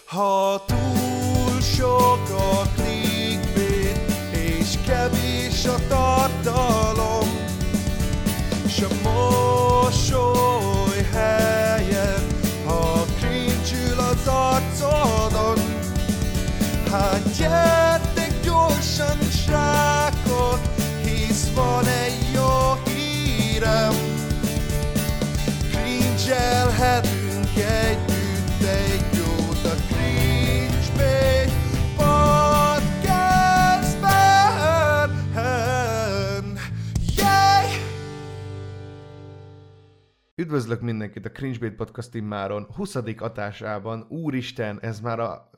Ha túl sok a clickbait, és kevés a tartalom, s a mosoly helyett, ha cringe-ül az arcodon, hát gyertek gyorsan, srákok, hisz van egy jó hírem. Cringe-elhetünk együtt egy jót a Cringe Bait Podcastben. Yeah! Üdvözlök mindenkit a Cringe Bait Podcast immáron 20. adásában. Úristen, ez már a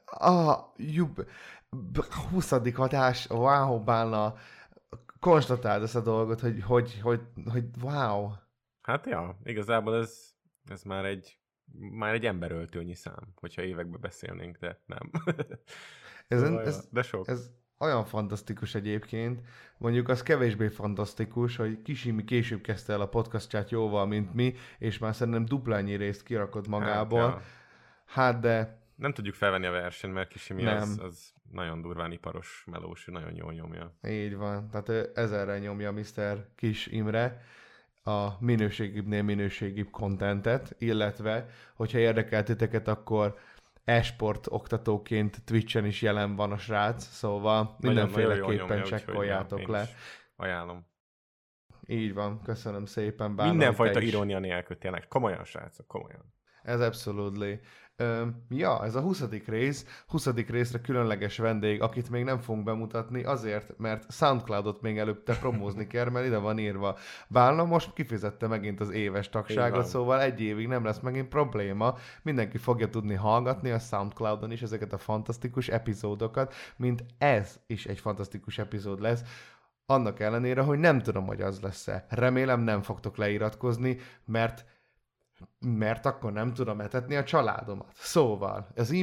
20. adás. Wow, Bálna. Konstatáld ezt a dolgot, hogy wow. Hát ja, igazából ez már egy emberöltőnyi szám, hogyha évekbe beszélnénk, de nem. De sok. Ez olyan fantasztikus egyébként, mondjuk az kevésbé fantasztikus, hogy Kisimi később kezdte el a podcastját jóval, mint mi, és már szerintem duplányi részt kirakott magából. Hát de... Nem tudjuk felvenni a versenyt, mert Kisimi az nagyon durván iparos melós, nagyon jól nyomja. Így van, tehát ő ezerre nyomja Mr. Kis Imre a minőségibbnél minőségibb contentet, illetve, hogyha érdekel titeket, akkor e-sport oktatóként Twitchen is jelen van a srác, szóval mindenféleképpen csekkoljátok le. Ajánlom. Így van, köszönöm szépen. Bálna, mindenfajta irónia nélkül, tényleg. Komolyan, srácok, komolyan. Ez abszolútli. Ez a 20. rész. 20. részre különleges vendég, akit még nem fogunk bemutatni, azért, mert Soundcloudot még előbb te promózni kell, mert ide van írva. Bálna most kifizette megint az éves tagságot, szóval egy évig nem lesz megint probléma. Mindenki fogja tudni hallgatni a Soundcloudon is ezeket a fantasztikus epizódokat, mint ez is egy fantasztikus epizód lesz. Annak ellenére, hogy nem tudom, hogy az lesz-e. Remélem nem fogtok leiratkozni, mert akkor nem tudom etetni a családomat. Szóval, az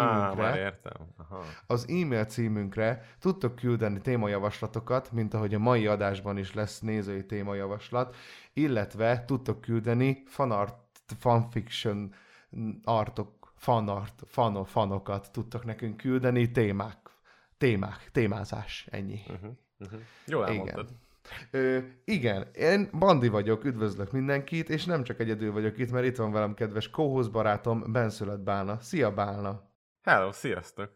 e-mail címünkre tudtok küldeni témajavaslatokat, mint ahogy a mai adásban is lesz nézői témajavaslat, illetve tudtok küldeni fanfiction artok, fanokat tudtok nekünk küldeni, témázás, ennyi. Jól elmondtad. Igen, én Bandi vagyok, üdvözlök mindenkit, és nem csak egyedül vagyok itt, mert itt van velem kedves co-host barátom, Benszület Bálna. Szia, Bálna! Hello, sziasztok!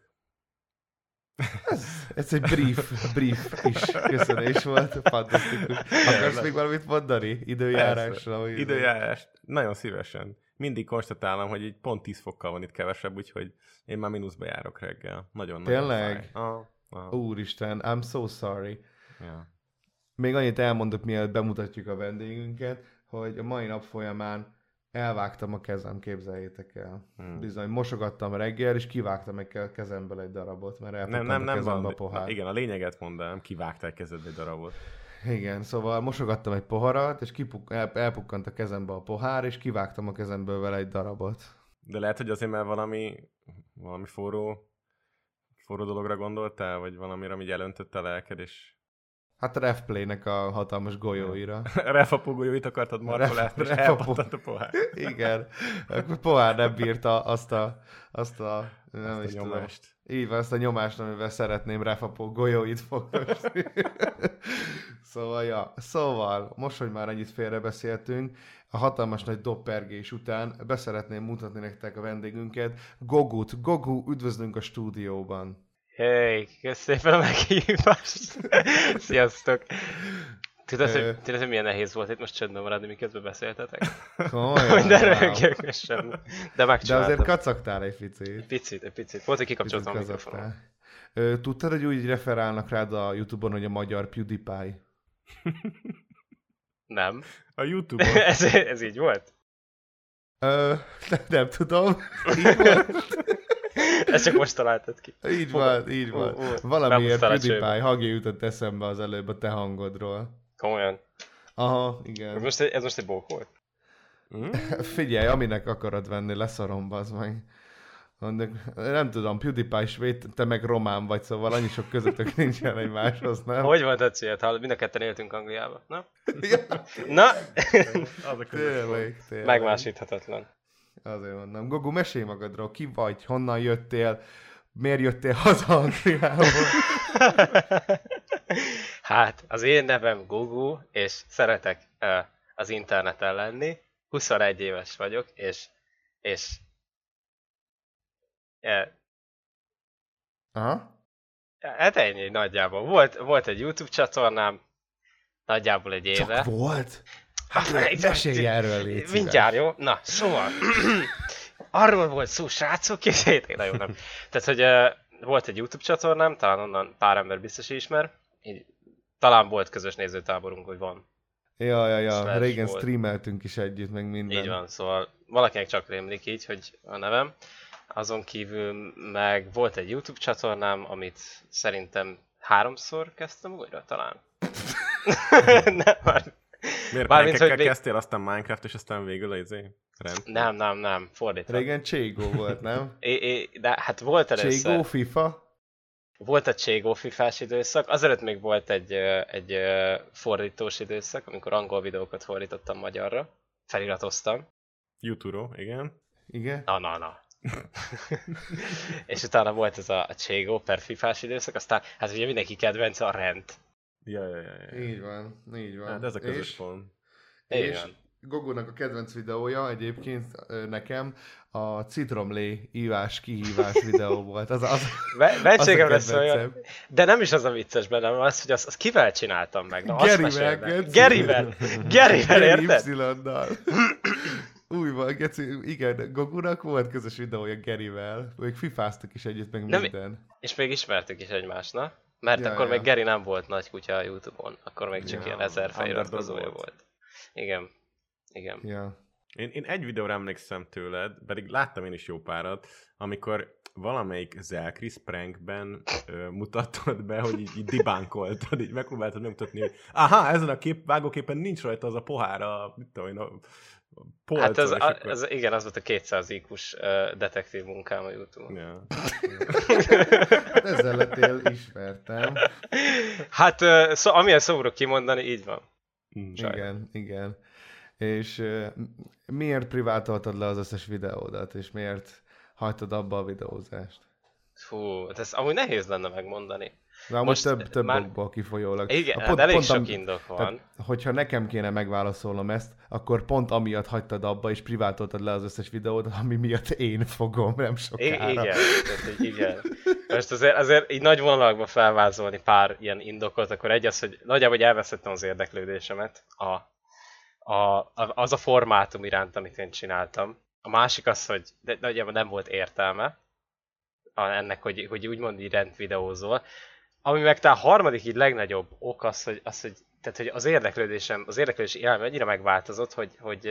Ez egy brief is köszönés volt, fantasztikus. Akarsz még valamit mondani? Időjárásra? Időjárás, nagyon szívesen. Mindig konstatálom, hogy így pont 10 fokkal van itt kevesebb, úgyhogy én már mínuszba járok reggel. Nagyon tényleg? Nagyon Úristen, I'm so sorry. Yeah. Még annyit elmondok, mielőtt bemutatjuk a vendégünket, hogy a mai nap folyamán elvágtam a kezem, képzeljétek el. Bizony, mosogattam reggel, és kivágtam egy kezemből egy darabot, mert elpukkant a kezembe a pohár. Igen, a lényeget mondanám, kivágtál kezedbe egy darabot. Igen, szóval mosogattam egy poharat, és elpukkant a kezembe a pohár, és kivágtam a kezemből vele egy darabot. De lehet, hogy azért, mert valami forró dologra gondoltál, vagy valamire, ami elöntött a lelked, és... Hát a Refplay-nek a hatalmas golyóira. Refapó golyóit akartad markolásni, és elpattant a pohár. Igen. A pohár nem bírta azt a nyomást. Így van, azt a nyomást, amivel szeretném Refapó golyóit fogni. Szóval, most, hogy már ennyit félrebeszéltünk, a hatalmas nagy doppergés után beszeretném mutatni nektek a vendégünket, Gogut. Gogu, üdvözlünk a stúdióban. Hey, köszönöm szépen a meghívást! Sziasztok! Tudod, hogy milyen nehéz volt itt most csöndben maradni, miközben beszéltetek? Komolyan, de röhögjök, ez semmi. De megcsináltam. De azért kacagtál egy picit. Egy picit. Volt, hogy kikapcsoltam a mikrofonon. Tudtad, hogy úgy referálnak rád a YouTube-on, hogy a magyar PewDiePie? Nem. A YouTube-on? ez így volt? Nem tudom. Így volt. Ezt csak most találtad ki. Így van. Valamiért PewDiePie hangja jutott eszembe az előbb a te hangodról. Komolyan? Aha, igen. Ez most egy bók volt? Figyelj, aminek akarod venni, leszarom, bazd meg. Nem tudom, PewDiePie svéd, te meg román vagy, szóval annyi sok közöttök nincsen egymáshoz, nem? Hogy volt a célt? Mind a ketten éltünk Angliába, na? Ja. Na? Tényleg. Megmásíthatatlan. Azért mondom. Gogu, mesélj magadról, ki vagy, honnan jöttél, miért jöttél haza Angliából? Hát, az én nevem Gogu, és szeretek az interneten lenni. 21 éves vagyok, és Aha. hát ennyi nagyjából. Volt egy YouTube csatornám, nagyjából egy éve. Csak volt? Hát mesélj erről, légy szíves. Mindjárt, jó? Na, szóval, arról volt szó, srácok, készíték, nagyon nem. Tehát, hogy volt egy YouTube csatornám, talán onnan pár ember biztos ismer, így, talán volt közös nézőtáborunk, hogy van. Ja, régen streameltünk is együtt, meg minden. Így van, szóval valakinek csak rémlik így, hogy a nevem. Azon kívül meg volt egy YouTube csatornám, amit szerintem 3-szor kezdtem újra, talán. Nem, már... Miért prankekkel kezdtél, aztán Minecraft, és aztán végül rend? Nem, fordítva. Régen Cségó volt, nem? De hát volt először... Cségó, FIFA? Volt a Cségó fifás időszak, azelőtt még volt egy fordítós időszak, amikor angol videókat fordítottam magyarra. Feliratoztam. YouTube-ról, igen. Igen? Na. És utána volt ez a Cségó per fifás időszak, aztán hát ugye mindenki kedvence a Rent. Ja. Így van. Hát ez a közös form. És Gogónak a kedvenc videója egyébként nekem a citromlé ívás-kihívás videó volt. Mentségemre szóljon. De nem is az a vicces bennem, az, hogy azt kivel csináltam meg. Na, Gerivel, érted? Y-dal. Új van, Geci, igen, Gogunak volt közös videója Gerivel. Még fifáztak is együtt, meg minden. És még ismertük is egymást, na? Mert akkor még Geri nem volt nagy kutya a YouTube-on. Akkor még csak ilyen 1000 feliratkozója volt. Igen. Ja. Én egy videóra emlékszem tőled, pedig láttam én is jó párat, amikor valamelyik Zelkris prankben mutattad be, hogy így debunkoltad, így megpróbáltad megmutatni, hogy aha, ezen a vágóképen nincs rajta az a pohár, mit tudom én, a polcon. Hát igen, az volt a 200 IQ-s detektív munkám a YouTube-on. Ja. Hát ezzel lettél ismertem. Hát amilyen szomorú kimondani, így van. Igen. És miért privátoltad le az összes videódat, és miért hagytad abba a videózást? Fú, ez amúgy nehéz lenne megmondani. De most több okból kifolyólag. Igen, hát elég sok indok van. Tehát, hogyha nekem kéne megválaszolnom ezt, akkor pont amiatt hagytad abba, és privátoltad le az összes videót, ami miatt én fogom, nem sokára. Igen. Most azért így nagy vonalakban felvázolni pár ilyen indokot, akkor egy az, hogy nagyjából elvesztettem az érdeklődésemet az a formátum iránt, amit én csináltam. A másik az, hogy nagyjából nem volt értelme ennek, hogy úgymond így rendvideózol. Ami meg talán a harmadik így legnagyobb ok az, hogy az érdeklődési élmem annyira megváltozott, hogy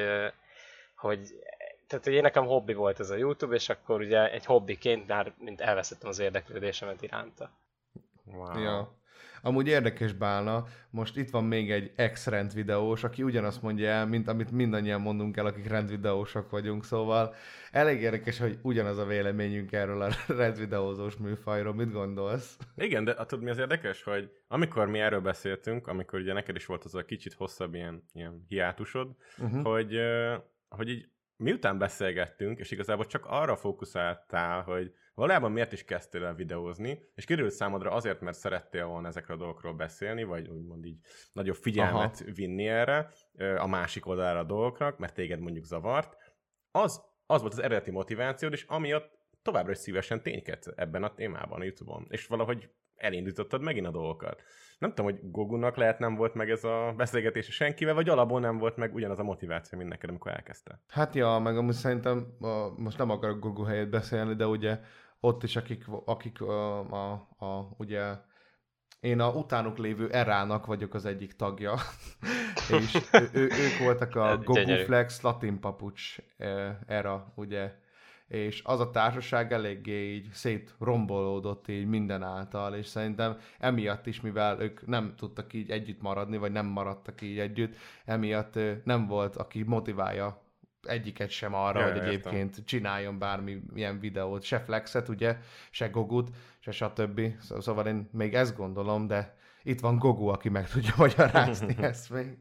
én nekem hobbi volt ez a YouTube, és akkor ugye egy hobbiként már mint elvesztettem az érdeklődésemet iránta. Wow. Ja. Amúgy érdekes Bálna, most itt van még egy ex-rendvideós, aki ugyanazt mondja el, mint amit mindannyian mondunk el, akik rendvideósok vagyunk, szóval elég érdekes, hogy ugyanaz a véleményünk erről a rendvideózós műfajról. Mit gondolsz? Igen, de tudod mi az érdekes, hogy amikor mi erről beszéltünk, amikor ugye neked is volt az a kicsit hosszabb ilyen hiátusod, hogy így miután beszélgettünk, és igazából csak arra fókuszáltál, hogy valójában miért is kezdtél el videózni, és kiderült számodra azért, mert szerettél volna ezekről a dolgokról beszélni, vagy úgymond így nagyobb figyelmet vinni erre, a másik oldalára a dolgoknak, mert téged mondjuk zavart. Az volt az eredeti motivációd, és amiatt továbbra is szívesen ténykedsz ebben a témában a YouTube-on. És valahogy elindítottad megint a dolgokat. Nem tudom, hogy Gogunak lehet nem volt meg ez a beszélgetése senkivel, vagy alapból nem volt meg ugyanaz a motiváció, mint neked, amikor elkezdte. Hát ja, meg amúgy szerintem, most nem akarok Gogu helyét beszélni, de ugye ott is, akik ugye én a utánuk lévő erának vagyok az egyik tagja, és ők voltak a Gogu Flex Latin Papucs era, ugye, és az a társaság eléggé így szétrombolódott így minden által, és szerintem emiatt is, mivel ők nem tudtak így együtt maradni, vagy nem maradtak így együtt, emiatt nem volt, aki motiválja egyiket sem arra, hogy egyébként csináljon bármilyen videót, se Flexet, ugye, se Gogut, se stb. Szóval én még ezt gondolom, de itt van Gogu, aki meg tudja magyarázni ezt még.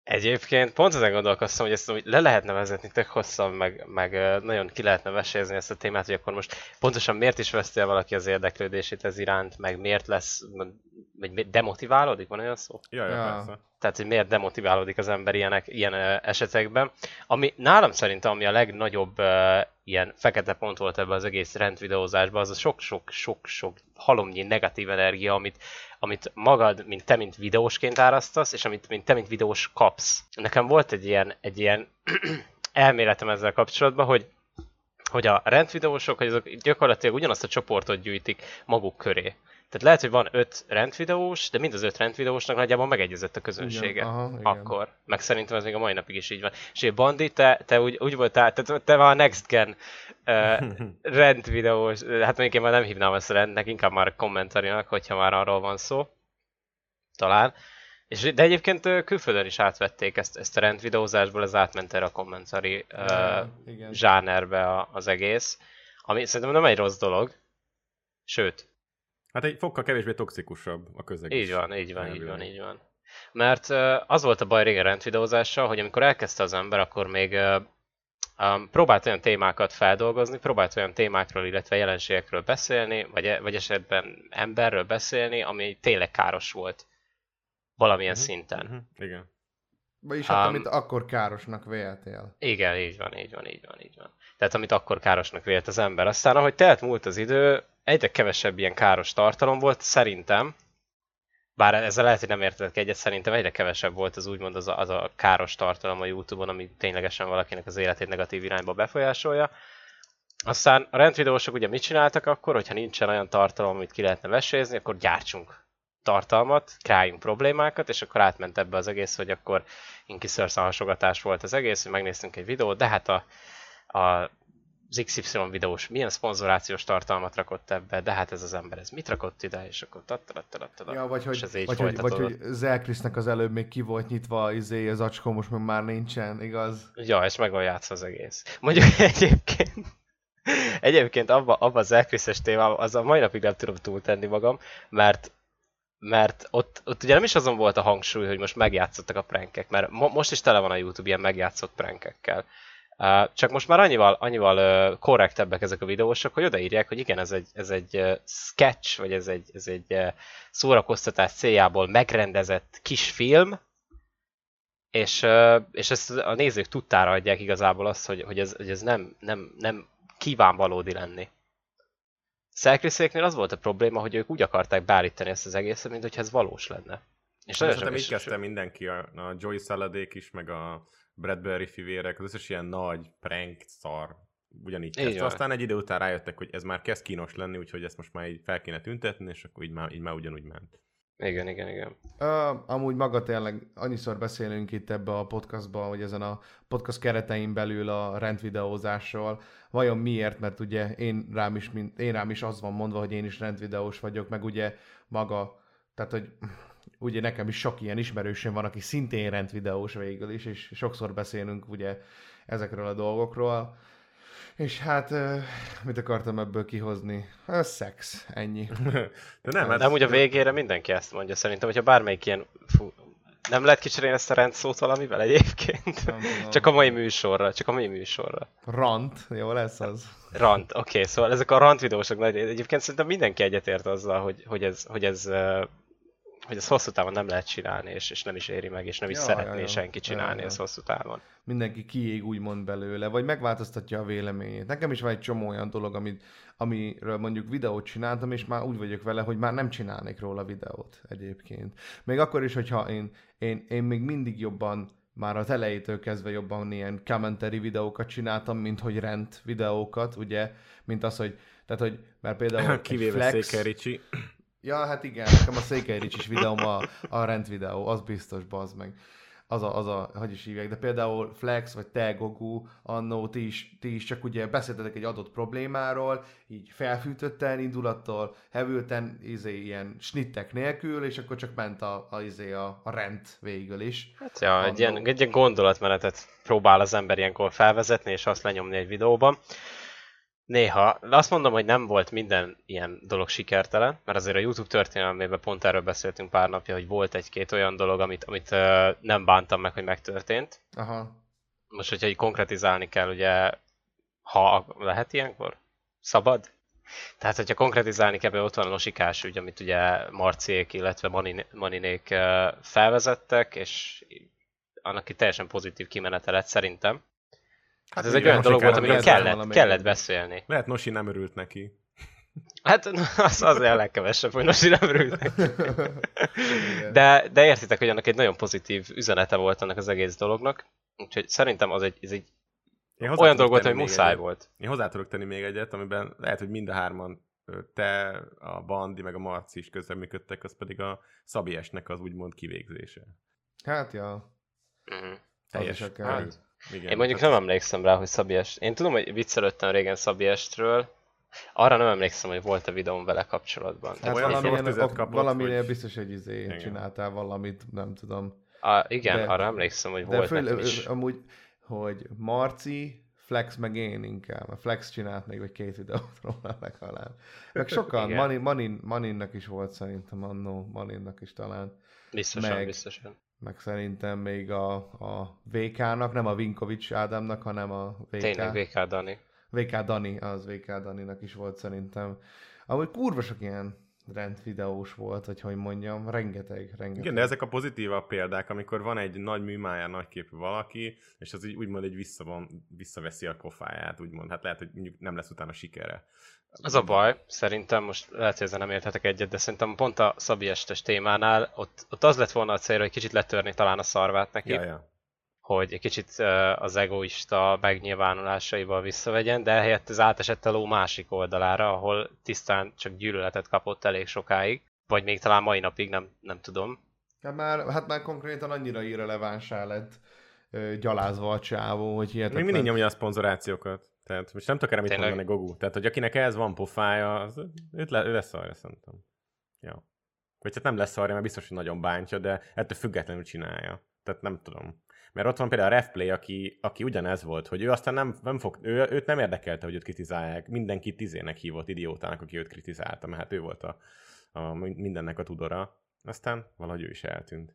Egyébként pont ezen gondolkoztam, hogy ezt úgy le lehetne vezetni tök hosszan, meg nagyon ki lehetne vesézni ezt a témát, hogy akkor most pontosan miért is veszti el valaki az érdeklődését ez iránt, meg miért lesz, vagy demotiválódik, van olyan szó? Ja, persze. Tehát, hogy miért demotiválódik az ember ilyen esetekben. Ami nálam szerintem, ami a legnagyobb ilyen fekete pont volt ebben az egész rendvideózásban, az a sok-sok halomnyi negatív energia, amit magad, mint videósként árasztasz, és mint te, mint videós kapsz. Nekem volt egy ilyen elméletem ezzel kapcsolatban, hogy a rendvideósok, hogy azok gyakorlatilag ugyanazt a csoportot gyűjtik maguk köré. Tehát lehet, hogy van 5 rendvideós, de mind az 5 rendvideósnak nagyjából megegyezett a közönsége. Igen. Akkor. Meg szerintem ez még a mai napig is így van. És egy Bandi, te úgy voltál, te már a Next Gen rendvideós, hát mondjuk én már nem hívnám ezt rendnek, inkább már kommentarinak, hogyha már arról van szó. Talán. De egyébként külföldön is átvették ezt a rendvideózásból, ez átment erre a kommentari zsánerbe az egész. Ami szerintem nem egy rossz dolog. Sőt. Hát egy fokkal kevésbé toxikusabb a közeg. Így van. Mert az volt a baj régen rendvideózással, hogy amikor elkezdte az ember, akkor még próbált olyan témákat feldolgozni, próbált olyan témákról, illetve jelenségekről beszélni, vagy esetben emberről beszélni, ami tényleg káros volt valamilyen szinten. Igen. Vagyis hát, amit akkor károsnak véltél. Igen, így van. Tehát amit akkor károsnak vélt az ember. Aztán, ahogy telt múlt az idő, egyre kevesebb ilyen káros tartalom volt, szerintem, bár ezzel lehet, hogy nem értetek egyet, szerintem egyre kevesebb volt az úgymond az a káros tartalom a YouTube-on, ami ténylegesen valakinek az életét negatív irányba befolyásolja. Aztán a rendvideósok ugye mit csináltak akkor, hogyha nincsen olyan tartalom, amit ki lehetne vesézni, akkor gyártsunk tartalmat, kreáljunk problémákat, és akkor átment ebbe az egész, hogy akkor inkiszörszalhasogatás volt az egész, hogy megnéztünk egy videót, de hát az XY videós milyen szponzorációs tartalmat rakott ebbe, de hát ez az ember, ez mit rakott ide, és akkor ja, vagy hogy Zelkrisznek az előbb még ki volt nyitva az acskó, most meg már nincsen, igaz? Ja, és meg van játszva az egész. Mondjuk egyébként abba az Zelkriszes témában, az a mai napig nem tudom túltenni magam, mert ott ugye nem is azon volt a hangsúly, hogy most megjátszottak a prankek, mert most is tele van a YouTube ilyen megjátszott prankekkel. Csak most már annyival korrektebbek ezek a videósok, hogy odaírják, hogy igen, ez egy sketch, vagy ez egy szórakoztatás céljából megrendezett kis film, és ezt a nézők tudtára adják igazából azt, hogy ez nem kíván valódi lenni. Zelkriszéknél az volt a probléma, hogy ők úgy akarták beállítani ezt az egészet, mint hogyha ez valós lenne. És szerintem így kezdte mindenki, a Joey Saladék is, meg a Bradbury fivérek, az összes ilyen nagy prank szar ugyanígy kezdte. Aztán egy idő után rájöttek, hogy ez már kezd kínos lenni, úgyhogy ezt most már így fel kéne tüntetni, és akkor így már ugyanúgy ment. Igen. Amúgy maga tényleg annyiszor beszélünk itt ebbe a podcastban, hogy ezen a podcast keretein belül a rendvideózásról. Vajon miért? Mert ugye én rám is az van mondva, hogy én is rendvideós vagyok, meg ugye maga, tehát hogy ugye nekem is sok ilyen ismerősöm van, aki szintén rendvideós végül is, és sokszor beszélünk ugye ezekről a dolgokról. És hát, mit akartam ebből kihozni? Szex, ennyi. De nem úgy a végére mindenki ezt mondja szerintem, hogyha bármelyik ilyen... nem lehet kicserélni ezt a rendszót valamivel egyébként? Csak a mai műsorra. Rant, jó lesz az. Rant, oké, szóval ezek a rant videósok nagy... Egyébként szerintem mindenki egyetért azzal, hogy ez hosszú távon nem lehet csinálni, és nem is éri meg, és nem is szeretné senki csinálni ezt hosszú távon. Mindenki kiég úgymond belőle, vagy megváltoztatja a véleményét. Nekem is van egy csomó olyan dolog, amiről mondjuk videót csináltam, és már úgy vagyok vele, hogy már nem csinálnék róla videót egyébként. Még akkor is, hogyha én még mindig jobban, már az elejétől kezdve jobban ilyen commentary videókat csináltam, mint hogy rend videókat, ugye, mint az, hogy, tehát, hogy mert például kivéve Székely Ricsi. Ja, hát igen, nekem a Székely Ricsis videóm a rend videó, az biztos, bazd meg. Hogy is hívják, de például Flex, vagy te, Gogu, annó, ti is csak ugye beszéltetek egy adott problémáról, így felfűtötten, indulattal, hevülten, ilyen snittek nélkül, és akkor csak ment a rend végül is. Hát ja, egy ilyen gondolatmenetet próbál az ember ilyenkor felvezetni, és azt lenyomni egy videóban. Néha. Azt mondom, hogy nem volt minden ilyen dolog sikertelen, mert azért a YouTube történelmében pont erről beszéltünk pár napja, hogy volt egy-két olyan dolog, amit nem bántam meg, hogy megtörtént. Aha. Most, hogyha így konkretizálni kell, ugye, ha lehet ilyenkor? Szabad? Tehát, hogyha konkretizálni kell, ott van a Nosikás ügy, amit ugye Marciék, illetve Maninék felvezettek, és annak itt teljesen pozitív kimenete lett szerintem. Hát ez egy olyan dolog volt, amiről kellett beszélni. Lehet Nosi nem örült neki. Hát az a legkevesebb, hogy Nosi nem örült neki. De értitek, hogy annak egy nagyon pozitív üzenete volt annak az egész dolognak. Úgyhogy szerintem ez egy olyan dolog volt, hogy muszáj volt. Én hozzá tudok tenni még egyet, amiben lehet, hogy mind a hárman, te, a Bandi, meg a Marci is közreműködtek, az pedig a Szabiesnek az úgymond kivégzése. Hát, ja. Teljes. Igen, én mondjuk nem emlékszem rá, hogy Szabiest. Én tudom, hogy viccelődtem régen Szabiestről. Arra nem emlékszem, hogy volt a videóm vele kapcsolatban. Hát valaminél biztos, hogy csináltál valamit, nem tudom. Igen, arra emlékszem, hogy volt nekem is. Amúgy, hogy Marci, Flex meg én inkább. A Flex csinált még vagy 2 videót róla legalább. Meg sokan, Maninnak is volt szerintem annó, Maninnak is talán. Biztosan. Meg szerintem még a VK-nak, nem a Vinkovics Ádámnak, hanem a VK. Tényleg VK Dani. VK Daninak is volt szerintem. Amúgy kurva sok ilyen rendvideós volt, hogy mondjam, rengeteg. Igen, de ezek a pozitívabb példák, amikor van egy nagy műmája, nagyképű valaki, és az így úgymond visszaveszi a pofáját, úgymond. Hát lehet, hogy mondjuk nem lesz utána sikere. Az a baj, szerintem most lehet, hogy ezzel nem érthetek egyet, de szerintem pont a Szabiestes témánál ott az lett volna a cél, hogy kicsit letörni talán a szarvát neki. Ja. Hogy egy kicsit az egoista megnyilvánulásaival visszavegyen, de helyett ez átesett a ló másik oldalára, ahol tisztán csak gyűlöletet kapott elég sokáig, vagy még talán mai napig, nem tudom. Hát már konkrétan annyira irrelevánsá lett gyalázva a csávó, hogy hihetetlen. Még mindig nyomja a szponzorációkat. Tehát most nem tudok erre mit mondani Gogu. Tehát, hogy akinek ez van pofája, ő lesz szarja, szerintem. Ja. Vagy hát nem lesz szarja, mert biztos, hogy nagyon bántja, de ettől függetlenül csinálja. Tehát nem tudom. Mert ott van például a Refplay, aki ugyanez volt, hogy ő aztán őt nem érdekelte, hogy őt kritizálják. Mindenki izének hívott idiótának, aki őt kritizálta, mert hát ő volt a mindennek a tudora. Aztán valahogy ő is eltűnt.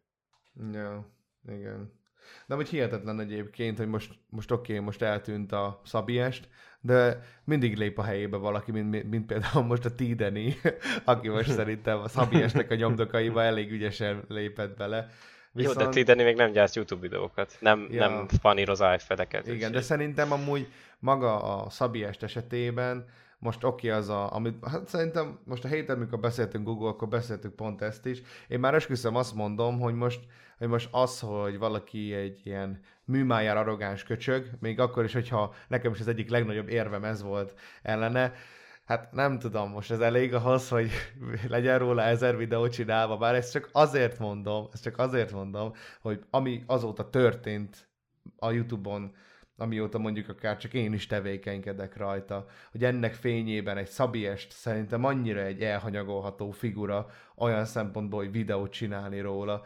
Ja, igen. De hogy hihetetlen egyébként, hogy most eltűnt a Szabiest, de mindig lép a helyébe valaki, mint például most a T-Deni, aki most szerintem a Szabiestnek a nyomdokaiba elég ügyesen lépett bele. Viszont... Jó, de T-Deni még nem gyárt YouTube videókat, nem paníroz iPad-eket. Igen, de szerintem amúgy maga a Szabiest esetében most hát szerintem most a héten, amikor beszéltünk Google, akkor beszéltünk pont ezt is. Én már esküszöm azt mondom, hogy most az, hogy valaki egy ilyen műmájár arrogáns köcsög, még akkor is, hogyha nekem is az egyik legnagyobb érvem ez volt ellene, hát nem tudom, most ez elég ahhoz, hogy legyen róla 1000 videót csinálva, bár ezt csak azért mondom, hogy ami azóta történt a YouTube-on, amióta mondjuk akár csak én is tevékenykedek rajta, hogy ennek fényében egy Szabiest szerintem annyira egy elhanyagolható figura olyan szempontból, hogy videót csinálni róla,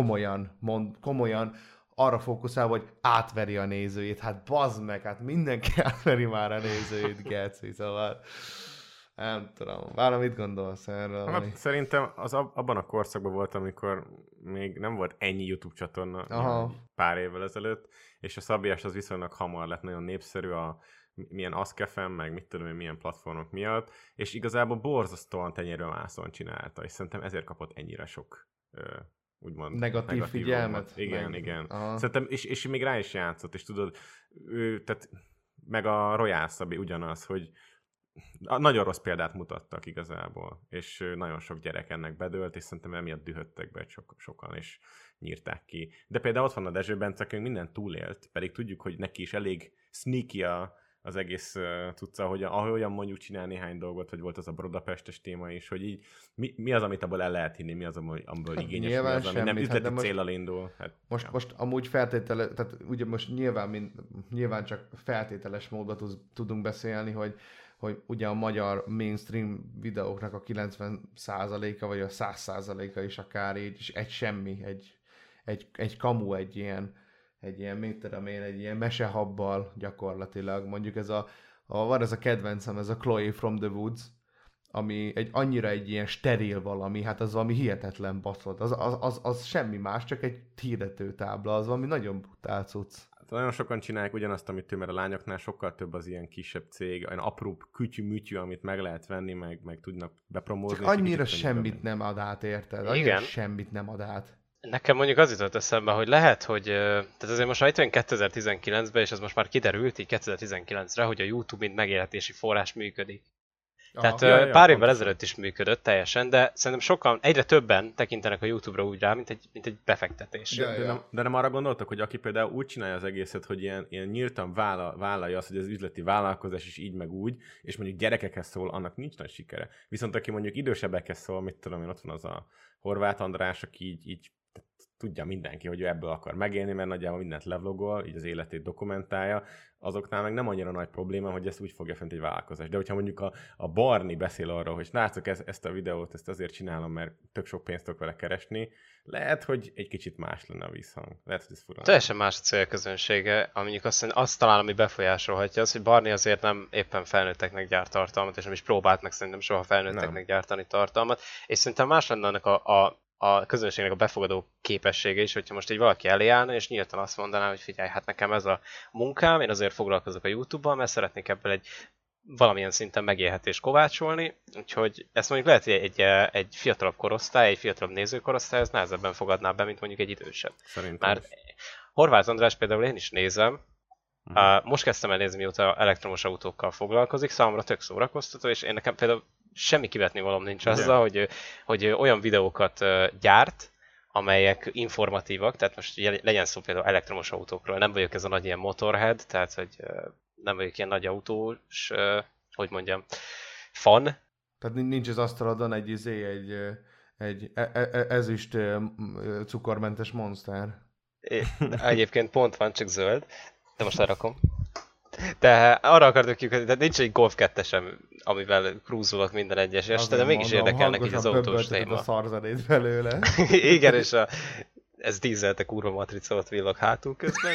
komolyan arra fókuszál, hogy átveri a nézőjét. Hát bazd meg, hát mindenki átveri már a nézőjét, Geci, szóval nem tudom. Valamit gondolsz erről? Hát, szerintem az abban a korszakban volt, amikor még nem volt ennyi YouTube csatorna pár évvel ezelőtt, és a Szabiest az viszonylag hamar lett nagyon népszerű milyen Ask.fm, meg mit tudom én, milyen platformok miatt, és igazából borzasztóan tenyérről mászon csinálta, és szerintem ezért kapott ennyire sok úgymond negatív figyelmet. Igen. Szerintem, és még rá is játszott, és tudod, tehát meg a Royal Szabi ugyanaz, hogy nagyon rossz példát mutattak igazából, és nagyon sok gyerek ennek bedőlt, és szerintem emiatt dühöttek be sokan, és nyírták ki. De például ott van a Dezső Bence, aki minden túlélt, pedig tudjuk, hogy neki is elég sneaky az egész cucca, hogy ahogyan mondjuk csinál néhány dolgot, hogy volt az a Budapestes téma is, hogy így mi az, amit abból el lehet hinni, mi az, amiből igényes, mi az, ami nem üzleti céllal indul. Hát, most amúgy tehát ugye most nyilván csak feltételes módon tudunk beszélni, hogy ugye a magyar mainstream videóknak a 90%-a vagy a 100%-a is akár így, és egy semmi, egy kamu, egy ilyen mit tudom én, egy ilyen mesehabbal gyakorlatilag. Mondjuk ez a van ez a kedvencem, ez a Chloe from the Woods, ami annyira egy ilyen steril valami, hát az valami hihetetlen baszod. Az semmi más, csak egy hirdetőtábla, az valami nagyon brutál cucc. Nagyon sokan csinálják ugyanazt, amit ő, mert a lányoknál sokkal több az ilyen kisebb cég, olyan apróbb kütyű-mütyű, amit meg lehet venni, meg tudnak bepromózni. Csak annyira semmit nem ad át, érted? Annyira semmit nem ad át. Nekem mondjuk az jutott eszembe, hogy lehet, hogy tehát azért most már itt van 2019-ben, és ez most már kiderült így 2019-re, hogy a YouTube mint megélhetési forrás működik. Tehát pár évvel ezelőtt is működött teljesen, de szerintem sokan, egyre többen tekintenek a YouTube-ra úgy rá, mint egy befektetés. De nem arra gondoltak, hogy aki például úgy csinálja az egészet, hogy ilyen nyíltan vállalja azt, hogy az üzleti vállalkozás is így meg úgy, és mondjuk gyerekekhez szól, annak nincs nagy sikere. Viszont aki mondjuk idősebbekhez szól, mit tudom én, ott van az a Horváth András, aki így tudja mindenki, hogy ő ebből akar megélni, mert nagyjából mindent levlogol, így az életét dokumentálja, azoknál meg nem annyira nagy probléma, hogy ezt úgy fogja fent egy vállalkozás. De hogyha mondjuk a Barni beszél arról, hogy látszok ezt a videót, ezt azért csinálom, mert tök sok pénzt tudok vele keresni, lehet, hogy egy kicsit más lenne a visszhang. Lehet, hogy ez fura. Teljesen más a célközönsége, mondjuk azt talán, ami befolyásolhatja, az, hogy Barni azért nem éppen felnőtteknek gyárt tartalmat, és nem is próbált meg szerintem soha felnőtteknek gyártani tartalmat, és szerintem más lenne annak a közönségnek a befogadó képessége is, hogyha most így valaki elé állna, és nyíltan azt mondaná, hogy figyelj, hát nekem ez a munkám, én azért foglalkozok a YouTube-ban, mert szeretnék ebből valamilyen szinten megélhetést kovácsolni, úgyhogy ezt mondjuk lehet, hogy egy fiatalabb korosztály, egy fiatalabb nézőkorosztály, ez nehezebben fogadná be, mint mondjuk egy idősebb. Szerintem. Már Horváth András például én is nézem, most kezdtem el nézni, mióta elektromos autókkal foglalkozik, számomra tök szórakoztató, és én nekem például semmi kivetni valóm nincs azzal, hogy olyan videókat gyárt, amelyek informatívak, tehát most legyen szó például elektromos autókról, nem vagyok ez a nagy ilyen motorhead, tehát hogy nem vagyok ilyen nagy autós, hogy mondjam, fan. Tehát nincs az asztalodon egy ezüst cukormentes Monster. Egyébként pont van, csak zöld, de most lerakom. De arra akartok kiukadni, tehát nincs egy Golf 2-esem, amivel krúzolok minden egyes este, de mégis érdekelnek így az autós téma. A szarzenét belőle. Igen, és ez dízelte kurva matrica ott villog hátul közben.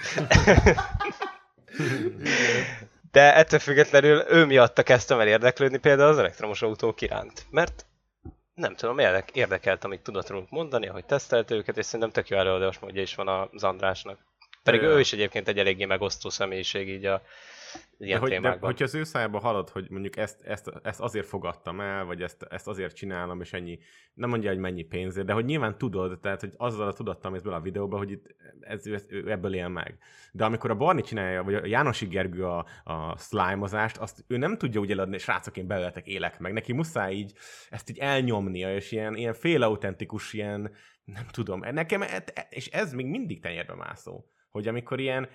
De ettől függetlenül ő miatta kezdtem el érdeklődni például az elektromos autók iránt. Mert nem tudom, érdekelt, amit tudott róluk mondani, ahogy tesztelte őket, és szerintem tök jó előadás módja is van az Andrásnak. Pedig ő is egyébként egy eléggé megosztó személyiség így a ilyen témákban. De hogyha az ő szájába halad, hogy mondjuk ezt azért fogadtam el, vagy ezt azért csinálom, és ennyi, nem mondja, hogy mennyi pénzért, de hogy nyilván tudod, tehát hogy azzal a tudattam ebből a videóban, hogy itt ő ebből él meg. De amikor a Barni csinálja, vagy a Jánosi Gergő a slime-ozást, azt ő nem tudja úgy eladni, srácok, én belőletek élek meg. Neki muszáj így ezt így elnyomnia, és ilyen félautentikus, ilyen, nem tudom, nekem, és ez még mindig tenyérbe mászó. Hogy amikor ilyen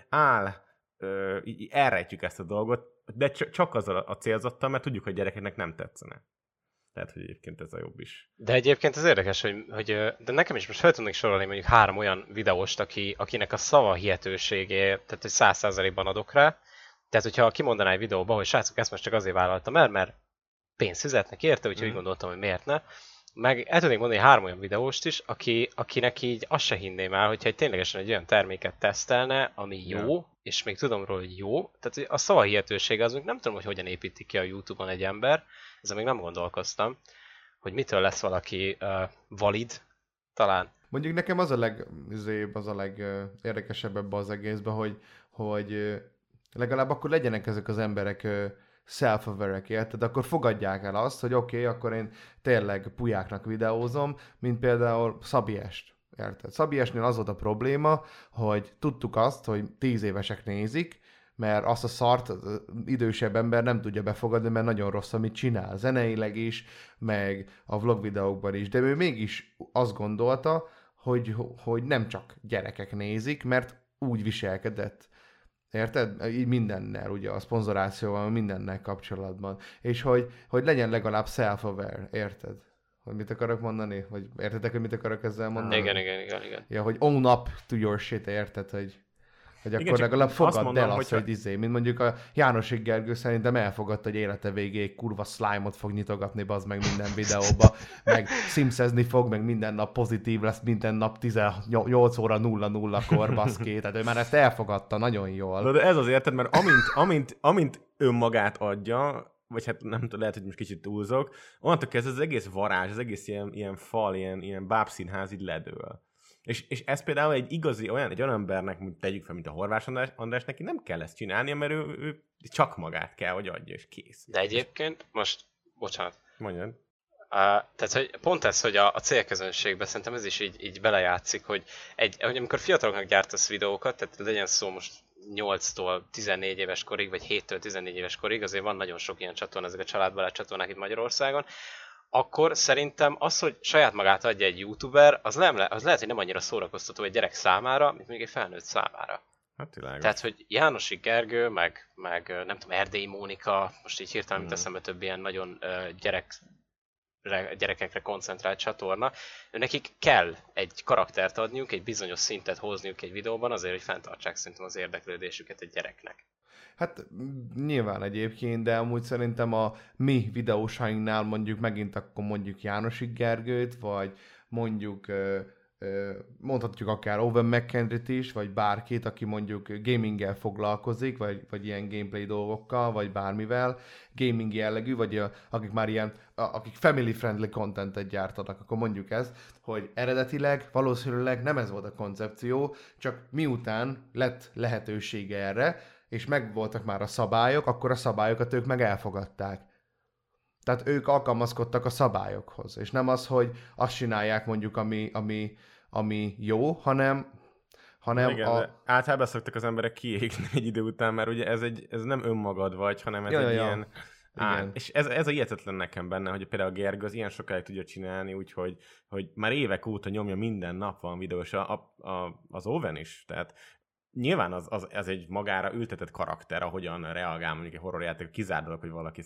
elrejtjük ezt a dolgot, de csak azzal a célzattal, mert tudjuk, hogy gyerekeknek nem tetszene. Tehát, hogy egyébként ez a jobb is. De egyébként ez érdekes, hogy de nekem is most fel tudnék sorolni mondjuk 3 olyan videóst, akinek a szava hihetőségé, tehát hogy 100%-ban adok rá. Tehát, hogyha kimondaná egy videóban, hogy srácok, ezt most csak azért vállaltam el, mert pénzt fizetnek érte, úgyhogy úgy gondoltam, hogy miért ne. Meg el tudnék mondani 3 olyan videóst is, akinek így azt se hinném el, hogyha ténylegesen egy olyan terméket tesztelne, ami jó, és még tudom róla, hogy jó. Tehát a szavahihetősége az, nem tudom, hogy hogyan építik ki a YouTube-on egy ember, ezzel még nem gondolkoztam, hogy mitől lesz valaki valid, talán. Mondjuk nekem az a legérdekesebb ebben az egészben, hogy legalább akkor legyenek ezek az emberek self-aware-ek, érted? Akkor fogadják el azt, hogy oké, akkor én tényleg pulyáknak videózom, mint például Szabi Est. Érted? Szabi Estnél az volt a probléma, hogy tudtuk azt, hogy 10 évesek nézik, mert azt a szart az idősebb ember nem tudja befogadni, mert nagyon rossz, amit csinál. Zeneileg is, meg a vlog videókban is. De ő mégis azt gondolta, hogy nem csak gyerekek nézik, mert úgy viselkedett. Érted? Így mindennel, ugye a szponzorációval, mindennel kapcsolatban. És hogy legyen legalább self-aware, érted? Hogy mit akarok mondani? Vagy értedek, hogy mit akarok ezzel mondani? Igen. Ja, hogy own up to your shit, érted? Hogy Hogy igen, akkor legalább fogadd el azt, hogy mint mondjuk a Jánosik Gergő szerintem elfogadta, hogy élete végéig kurva slime-ot fog nyitogatni, bazd meg minden videóba, meg simszezni fog, meg minden nap pozitív lesz, minden nap 18 óra 00-kor, baszki. Tehát ő már ezt elfogadta nagyon jól. De ez az érted, mert amint önmagát adja, vagy hát nem tudom, lehet, hogy most kicsit túlzok, onnantól kezdve az egész varázs, az egész ilyen fal, ilyen bábszínház így ledől. És ez például egy olyan embernek, tegyük fel, mint a Horváth András, neki nem kell ezt csinálnia, mert ő csak magát kell, hogy adja, és kész. De egyébként most, bocsánat. Mondjad. Tehát, hogy pont ez, hogy a célközönségben szerintem ez is így belejátszik, hogy amikor fiataloknak gyártasz videókat, tehát legyen szó most 8-tól 14 éves korig, vagy 7-től 14 éves korig, azért van nagyon sok ilyen csatorna, ezek a családbarát csatornák itt Magyarországon, akkor szerintem az, hogy saját magát adja egy youtuber, az lehet, hogy nem annyira szórakoztató egy gyerek számára, mint még egy felnőtt számára. Hát világos. Tehát, hogy Jánosi Gergő, meg nem tudom, Erdélyi Mónika, most így hirtelen mit eszembe több ilyen nagyon gyerekekre koncentrált csatorna, nekik kell egy karaktert adniuk, egy bizonyos szintet hozniuk egy videóban azért, hogy fenntartsák szerintem az érdeklődésüket egy gyereknek. Hát nyilván egyébként, de amúgy szerintem a mi videósainknál mondjuk megint akkor mondjuk Jánosik Gergőt, vagy mondjuk mondhatjuk akár Owen McKendrit is, vagy bárkit, aki mondjuk gaminggel foglalkozik, vagy ilyen gameplay dolgokkal, vagy bármivel, gaming jellegű, vagy akik már ilyen, akik family friendly contentet gyártanak, akkor mondjuk ezt, hogy eredetileg valószínűleg nem ez volt a koncepció, csak miután lett lehetősége erre, és megvoltak már a szabályok, akkor a szabályokat ők meg elfogadták. Tehát ők alkalmazkodtak a szabályokhoz, és nem az, hogy azt csinálják mondjuk, ami jó, hanem igen, általában szoktak az emberek kiégni egy idő után, mert ugye ez nem önmagad vagy, hanem ez egy ilyen... és ez a hihetetlen nekem benne, hogy például a Gergő az ilyen sokáig tudja csinálni, úgyhogy már évek óta nyomja, minden nap van videó, és az Owen is, tehát nyilván az egy magára ültetett karakter, ahogyan reagál mondjuk egy horrorjáték, kizárólag, hogy valaki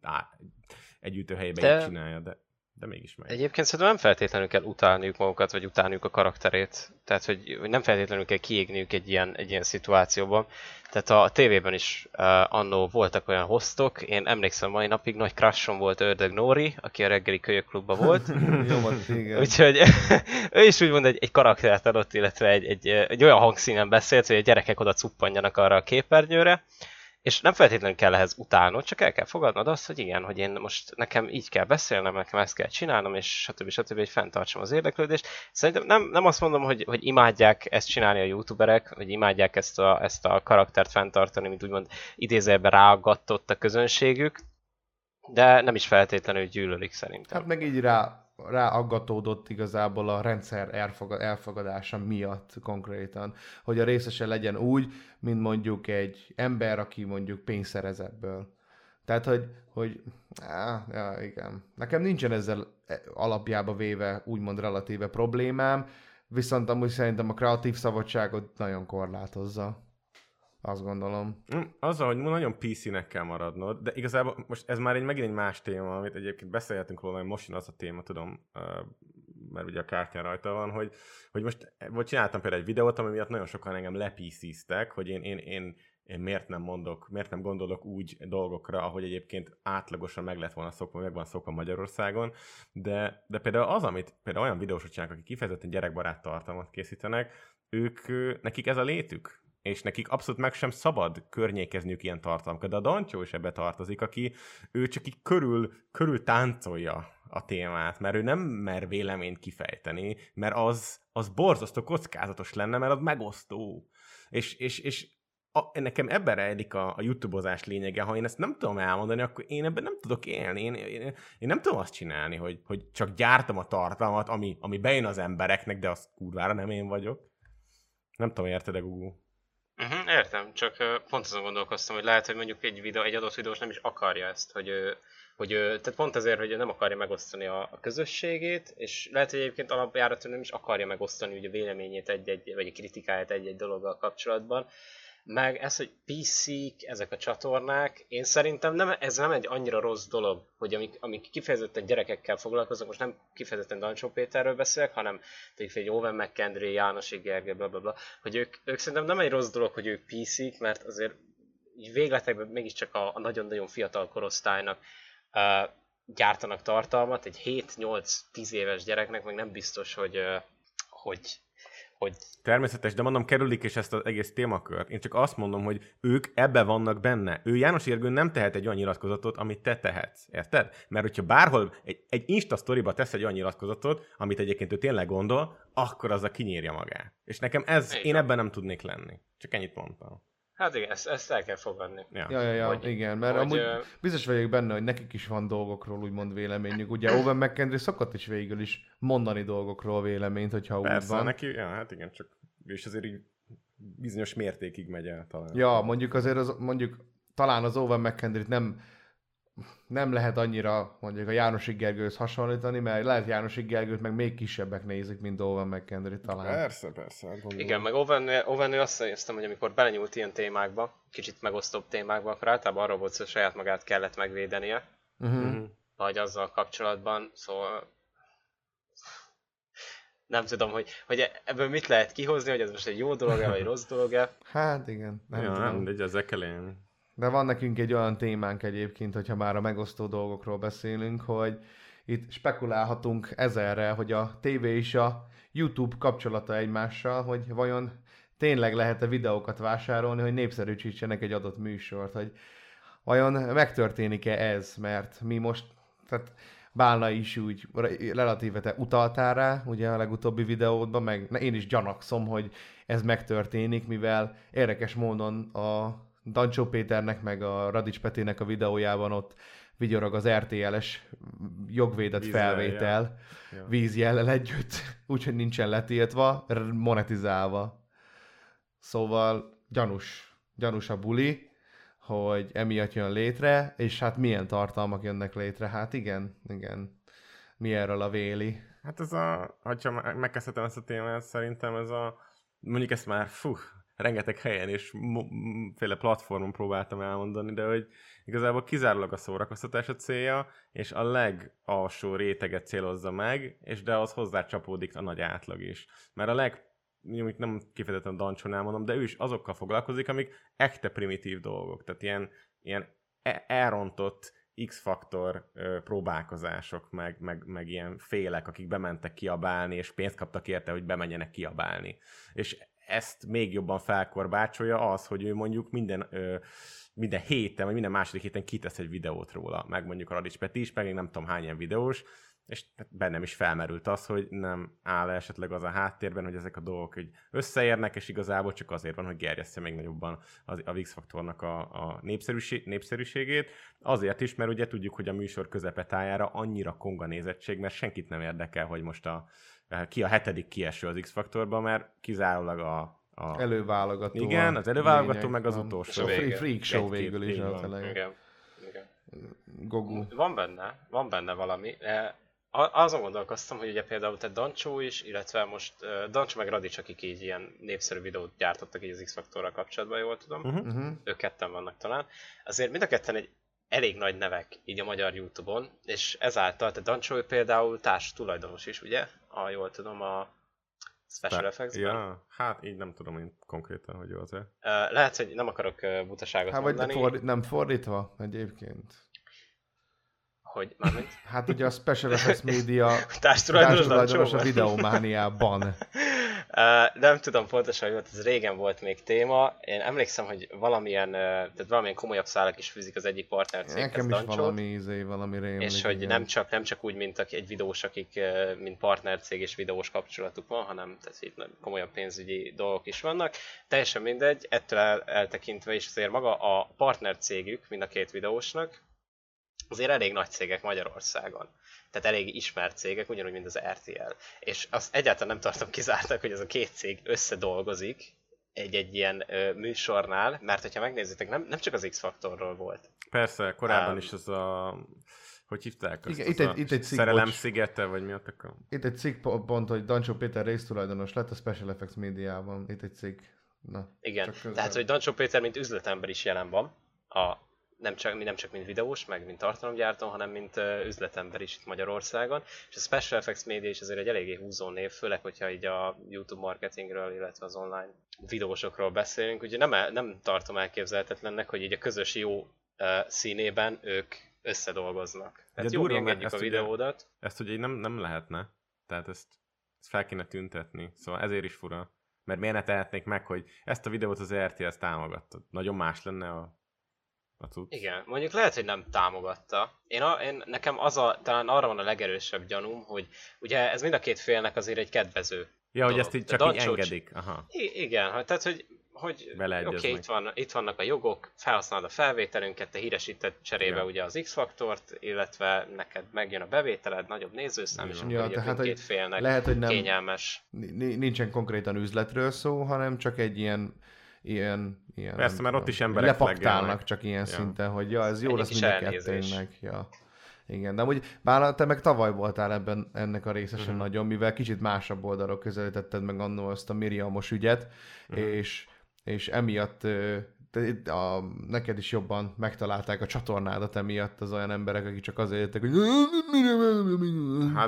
egy ütőhelyben így csinálja, de mégis meg. Egyébként szerintem nem feltétlenül kell utálniuk magukat, vagy utálniuk a karakterét. Tehát, hogy nem feltétlenül kell kiégniük egy ilyen szituációban. Tehát a tévében is annó voltak olyan hostok. Én emlékszem, mai napig nagy crushom volt Ördög Nóri, aki a reggeli kölyökklubban volt. Úgyhogy ő is úgymond egy karaktert adott, illetve egy olyan hangszínen beszélt, hogy a gyerekek oda cuppanjanak arra a képernyőre. És nem feltétlenül kell ehhez utálnod, csak el kell fogadnod azt, hogy igen, hogy én most nekem így kell beszélnem, nekem ezt kell csinálnom, és stb. Hogy fenntartsam az érdeklődést. Szerintem nem azt mondom, hogy imádják ezt csinálni a youtuberek, hogy imádják ezt a karaktert fenntartani, mint úgymond idézőjelben ráaggatott a közönségük, de nem is feltétlenül gyűlölik szerintem. Hát meg így ráaggatódott igazából a rendszer elfogadása miatt konkrétan, hogy a részese legyen úgy, mint mondjuk egy ember, aki mondjuk pénzt szerez ebből. Tehát, igen. Nekem nincsen ezzel alapjába véve úgymond relatíve problémám, viszont amúgy szerintem a kreatív szabadságot nagyon korlátozza. Azt gondolom. Azzal, hogy nagyon PC-nek kell maradnod, de igazából most ez már megint egy más téma, amit egyébként beszélhetünk róla, hogy most jön az a téma, tudom, mert ugye a kártyán rajta van, hogy most csináltam például egy videót, ami miatt nagyon sokan engem lepíszíztek, hogy én miért nem gondolok úgy dolgokra, ahogy egyébként átlagosan meg van szokva Magyarországon, de például amit például olyan videósok csinálnak, akik kifejezetten gyerekbarát tartalmat készítenek, nekik ez a létük. És nekik abszolút meg sem szabad környékezniük ilyen tartalmakat. De a Dancsó is ebbe tartozik, ő csak így körül táncolja a témát, mert ő nem mer véleményt kifejteni, mert az borzasztó kockázatos lenne, mert az megosztó. És nekem ebben rejlik a YouTube-ozás lényege. Ha én ezt nem tudom elmondani, akkor én ebben nem tudok élni. Én nem tudom azt csinálni, hogy csak gyártom a tartalmat, ami bejön az embereknek, de az kurvára nem én vagyok. Nem tudom, érted-e, Gugu? Értem, csak pont azon gondolkoztam, hogy lehet, hogy mondjuk egy adott videós nem is akarja ezt, tehát pont azért, hogy nem akarja megosztani a közösségét, és lehet, hogy egyébként alapjáraton nem is akarja megosztani ugye a véleményét vagy a kritikáját egy dologgal kapcsolatban. Meg ez, hogy PC-k, ezek a csatornák, én szerintem ez nem egy annyira rossz dolog, hogy amik kifejezetten gyerekekkel foglalkoznak, most nem kifejezetten Dancsó Péterről beszélek, hanem egy Owen McKendry, Jánosi Gergely, blablabla, hogy ők szerintem nem egy rossz dolog, hogy ők PC-k, mert azért így végletekben mégiscsak a nagyon-nagyon fiatal korosztálynak gyártanak tartalmat, egy 7-8-10 éves gyereknek meg nem biztos, hogy Természetes, de mondom, kerülik is ezt az egész témakört. Én csak azt mondom, hogy ők ebbe vannak benne. Ő János Iergő nem tehet egy olyan nyilatkozatot, amit te tehetsz. Érted? Mert hogyha bárhol egy Insta sztoriba tesz egy olyan nyilatkozatot, amit egyébként ő tényleg gondol, akkor az a kinyírja magát. És nekem én ebben nem tudnék lenni. Csak ennyit mondtam. Hát igen, ezt el kell fogadni. Ja, igen, mert amúgy biztos vagyok benne, hogy nekik is van dolgokról úgymond véleményük. Ugye Owen McKendry szokott is végül is mondani dolgokról véleményt, hogyha persze, úgy van. Neki, hát igen, csak és azért így bizonyos mértékig megy el talán. Ja, mondjuk azért talán az Owen McKendryt nem lehet annyira mondjuk a Jánosi Gergőhöz hasonlítani, mert lehet Jánosi Gergőt meg még kisebbek nézik, mint Owen McKendry talán. Persze. Igen, meg Owen azt hiszem, hogy amikor belenyúlt ilyen témákba, kicsit megosztóbb témákba, akkor általában arról volt szó, hogy saját magát kellett megvédenie. Vagy azzal kapcsolatban, szóval nem tudom, hogy ebből mit lehet kihozni, hogy ez most egy jó dolog-e, vagy rossz dolog-e. Hát igen, nem tudom. Nem, de ezzel kell élni. De van nekünk egy olyan témánk egyébként, hogyha már a megosztó dolgokról beszélünk, hogy itt spekulálhatunk ezerre, hogy a TV és a YouTube kapcsolata egymással, hogy vajon tényleg lehet-e videókat vásárolni, hogy népszerűsítsenek egy adott műsort, hogy vajon megtörténik-e ez, mert mi most, tehát Bálna is úgy relatíve te utaltál rá, ugye a legutóbbi videódban, meg én is gyanakszom, hogy ez megtörténik, mivel érdekes módon a Dancsó Péternek meg a Radics Petének a videójában ott vigyorog az RTL-es jogvédett felvétel vízjellel együtt, úgyhogy nincsen letiltva, monetizálva. Szóval gyanús a buli, hogy emiatt jön létre, és hát milyen tartalmak jönnek létre. Hát igen. Mi erről a véli? Hát hogyha megkezdhetem ezt a témát, szerintem mondjuk ezt már, rengeteg helyen és féle platformon próbáltam elmondani, de hogy igazából kizárólag a szórakoztatás a célja, és a legalsó réteget célozza meg, és de az hozzácsapódik a nagy átlag is. Mert nem kifejezetten Dancsónál mondom, de ő is azokkal foglalkozik, amik echte primitív dolgok, tehát ilyen elrontott X-faktor próbálkozások, meg ilyen félek, akik bementek kiabálni, és pénzt kaptak érte, hogy bemenjenek kiabálni. És ezt még jobban felkorbácsolja az, hogy ő mondjuk minden héten, vagy minden második héten kitesz egy videót róla, meg mondjuk a Radics Peti is, meg nem tudom hány ilyen videós, és bennem is felmerült az, hogy nem áll esetleg az a háttérben, hogy ezek a dolgok hogy összeérnek, és igazából csak azért van, hogy gerjesztje még nagyobban a X-faktornak a népszerűségét. Azért is, mert ugye tudjuk, hogy a műsor közepetájára annyira kong a nézettség, mert senkit nem érdekel, hogy most ki a 7. kieső az X-faktorban, mert kizárólag a előválogató. Igen, az előválogató, meg az utolsó. A freak show végül is. Igen. Gogu. Van benne valami. Azon gondolkoztam, hogy ugye például te Dancsó is, illetve most Dancsó meg Radics, akik így ilyen népszerű videót gyártottak így az X-faktorral kapcsolatban, jól tudom. Ők ketten vannak talán. Azért mind a ketten egy elég nagy nevek így a magyar YouTube-on, és ezáltal te Dancsó például társ tulajdonos is, ugye? Jól tudom, a Special Effects-ben. Ja, hát így nem tudom én konkrétan, hogy jó az-e. Lehet, hogy nem akarok butaságot mondani. Vagy nem fordítva egyébként? Hogy mármint? Hát ugye a Special Effects Media társtulajdonos a Videomániában. Nem tudom pontosan, hogy ez régen volt még téma. Én emlékszem, hogy valamilyen komolyabb szálak is fűzik az egyik partnercéghez. Nekem is valami rémlik. És hogy nem csak úgy, mint egy videós, akik mint partnercég és videós kapcsolatuk van, hanem tehát itt komolyabb pénzügyi dolgok is vannak. Teljesen mindegy, ettől eltekintve is azért maga a partnercégük mind a két videósnak, azért elég nagy cégek Magyarországon. Tehát elég ismert cégek, ugyanúgy, mint az RTL. És azt egyáltalán nem tartom kizártak, hogy ez a két cég összedolgozik egy ilyen műsornál, mert hogyha megnézitek, nem csak az X-faktorról volt. Persze, korábban is az hogy hívták? Igen, itt egy cikk, Szerelem szigete, vagy mi a Itt egy cikk pont, hogy Dancsó Péter résztulajdonos lett a Special Effects médiában. Itt egy cikk. Na, igen, tehát hogy Dancsó Péter mint üzletember is jelen van, nem csak mint videós, meg mint tartalomgyártó, hanem mint üzletember is itt Magyarországon, és a Special Effects Media is azért egy eléggé húzó név, főleg, hogyha így a YouTube marketingről, illetve az online videósokról beszélünk, ugye nem tartom elképzelhetetlennek, hogy így a közös jó színében ők összedolgoznak. Tehát jó, engedjük a videódat. Ezt ugye nem lehetne, tehát ezt fel kéne tüntetni, szóval ezért is fura. Mert miért ne tehetnék meg, hogy ezt a videót az RTS támogattad? Nagyon más lenne a cucc. Igen, mondjuk lehet, hogy nem támogatta. Nekem talán arra van a legerősebb gyanúm, hogy ugye ez mind a két félnek azért egy kedvező dolog. Hogy ezt így csak így engedik. Aha. Igen, tehát hogy oké, itt vannak a jogok, felhasználod a felvételünket, te híresíted cserébe ugye az X-faktort, illetve neked megjön a bevételed, nagyobb nézőszám, és akkor ugye mindkét félnek lehet, hogy nem, kényelmes. Nincsen konkrétan üzletről szó, hanem csak egy ilyen persze, mert ott is emberek lepaktálnak csak ilyen szinten, hogy ez jó lesz mindkettőnknek. Ja. Igen, de amúgy bár te meg tavaly voltál ennek a részesen nagyon, mivel kicsit másabb oldalról közelítetted meg annól azt a Miriamos ügyet, és emiatt neked is jobban megtalálták a csatornádat emiatt az olyan emberek, akik csak azért jöttek, hogy... Hát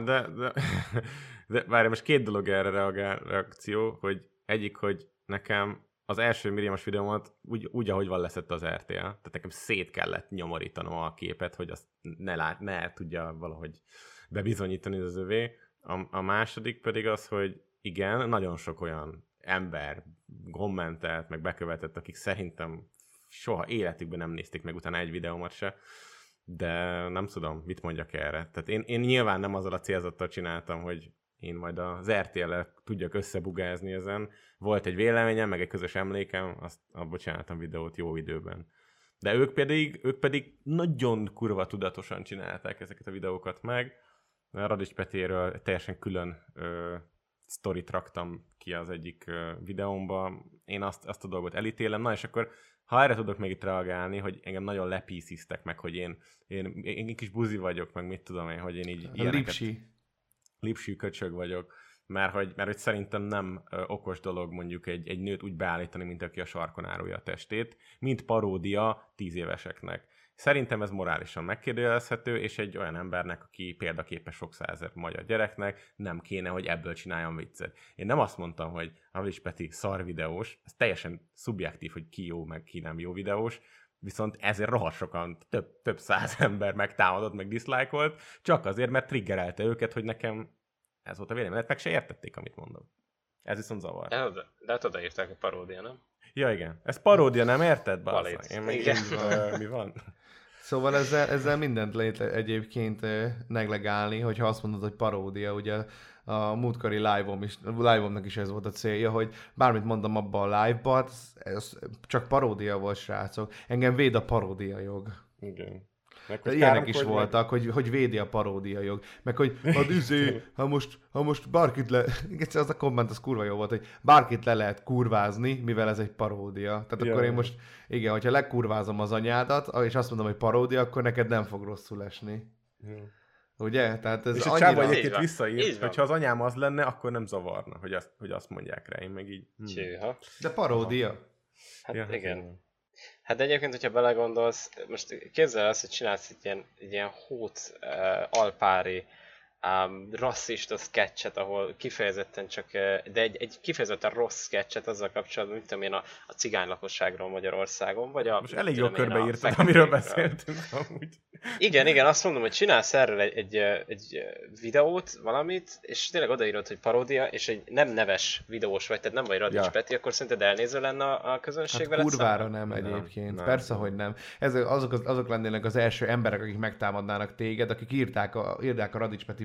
de várj, most két dolog erre reakció, hogy egyik, hogy nekem az első Miriamos videómat úgy, ahogy van leszett az RTL. Tehát nekem szét kellett nyomorítanom a képet, hogy azt ne tudja valahogy bebizonyítani az övé. A második pedig az, hogy igen, nagyon sok olyan ember kommentelt, meg bekövetett, akik szerintem soha életükben nem nézték meg utána egy videómat se, de nem tudom, mit mondjak erre. Tehát én nyilván nem azzal a célzattal csináltam, hogy én majd az RTL-el tudjak összebugázni ezen. Volt egy véleményem, meg egy közös emlékem, abból csináltam videót jó időben. De ők pedig nagyon kurva tudatosan csinálták ezeket a videókat meg. Radics Petiről teljesen külön sztorit raktam ki az egyik videómba. Én azt a dolgot elítélem. Na és akkor, ha erre tudok még itt reagálni, hogy engem nagyon lepísziztek meg, hogy én kis buzi vagyok, meg mit tudom én, hogy én így ilyeneket... Lipsű köcsög vagyok, mert hogy szerintem nem okos dolog mondjuk egy nőt úgy beállítani, mint aki a sarkon árulja a testét, mint paródia 10 éveseknek. Szerintem ez morálisan megkérdőjelezhető, és egy olyan embernek, aki példaképes sok százezer magyar gyereknek, nem kéne, hogy ebből csináljon viccet. Én nem azt mondtam, hogy Radics Peti szar videós, ez teljesen szubjektív, hogy ki jó, meg ki nem jó videós, viszont ezért rohadt sokan, több száz ember megtámadott, meg diszlájkolt, csak azért, mert triggerelte őket, hogy nekem ez volt a vélemény, meg se értették, amit mondom. Ez viszont zavar. De hát odaírták a paródia, nem? Ja, igen. Ez paródia, nem érted? Én meg mi van? Szóval ezzel mindent lehet egyébként neglegálni, hogyha azt mondod, hogy paródia, ugye a múltkori live-omnak is ez volt a célja, hogy bármit mondom abban a live-ban, ez csak paródia volt, srácok. Engem véd a paródia jog. Igen. Ilyenek is voltak, hogy védi a paródia jog. Meg hogy ha most bárkit az a komment az kurva jó volt, hogy bárkit le lehet kurvázni, mivel ez egy paródia. Tehát akkor én most, igen, hogyha lekurvázom az anyádat, és azt mondom, hogy paródia, akkor neked nem fog rosszul esni. Ugye? Tehát ez és a csávó egyébként visszaírt, hogyha az anyám az lenne, akkor nem zavarna, hogy azt mondják rá, én meg így. De paródia. Hát igen. Hát egyébként, hogyha belegondolsz, most képzel azt, hogy csinálsz egy ilyen hót alpári rasszista sketchet, ahol kifejezetten csak, de egy kifejezetten rossz sketchet azzal kapcsolatban, mit tudom én, a cigány lakosságról Magyarországon, vagy most elég jól körbeírtad, amiről beszéltünk amúgy. Igen, azt mondom, hogy csinálsz erről egy videót, valamit, és tényleg odaírod, hogy paródia, és egy nem neves videós vagy, tehát nem vagy Radics Peti, akkor szerinted elnéző lenne a közönség veled? Kurvára nem egyébként, nem. Persze, hogy nem. Azok lennének az első emberek, akik megtámadnának téged, akik írták a Radics Peti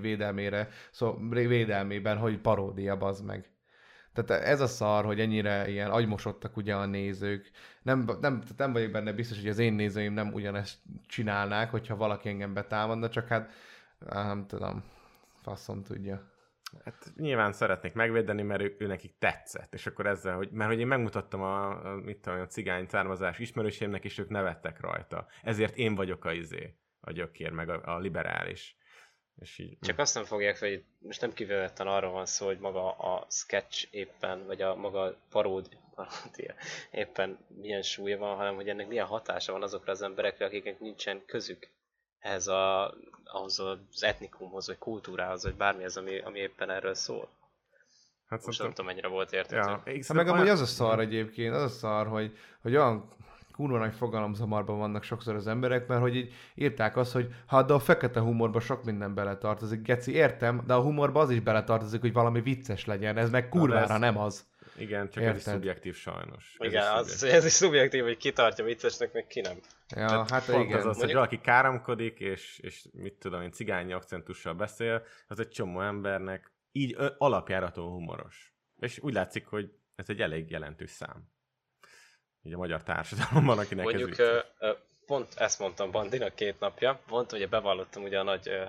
védelmében, hogy paródia, bazd meg. Tehát ez a szar, hogy ennyire ilyen agymosodtak ugye a nézők. Nem vagyok benne biztos, hogy az én nézőim nem ugyanezt csinálnák, hogyha valaki engem betámadna, csak hát nem tudom, faszom tudja. Hát nyilván szeretnék megvédeni, mert ő nekik tetszett, és akkor ezzel, mert hogy én megmutattam a cigány származás ismerőseimnek, és ők nevettek rajta. Ezért én vagyok a gyökér, meg a liberális. És így, csak azt nem fogják fel, hogy most nem kivéletlen arról van szó, hogy maga a sketch éppen, vagy a maga paródia éppen milyen súlya van, hanem hogy ennek milyen hatása van azokra az emberekre, akiknek nincsen közük ehhez ahhoz az etnikumhoz, vagy kultúrához, vagy bármihez, ami éppen erről szól. Hát most nem tudom, mennyire volt érthető. Ja, meg amúgy az a szar egyébként, az a szar, hogy olyan kurva nagy fogalomzamarban vannak sokszor az emberek, mert hogy így írták azt, hogy hát de a fekete humorba sok minden beletartozik. Geci, értem, de a humorba az is beletartozik, hogy valami vicces legyen. Ez meg kurvára nem az. Igen, csak érted? Ez is szubjektív sajnos. Igen, ez is szubjektív, hogy ki tartja viccesnek, meg ki nem. Ja, tehát hát igen. Az, hogy valaki káromkodik, és mit tudom én, cigány akcentussal beszél, az egy csomó embernek így alapjáraton humoros. És úgy látszik, hogy ez egy elég jelentős szám. Így a magyar társadalomban, akinek mondjuk, ez pont ezt mondtam Bandinak 2 napja. Mondtam, hogy bevallottam ugye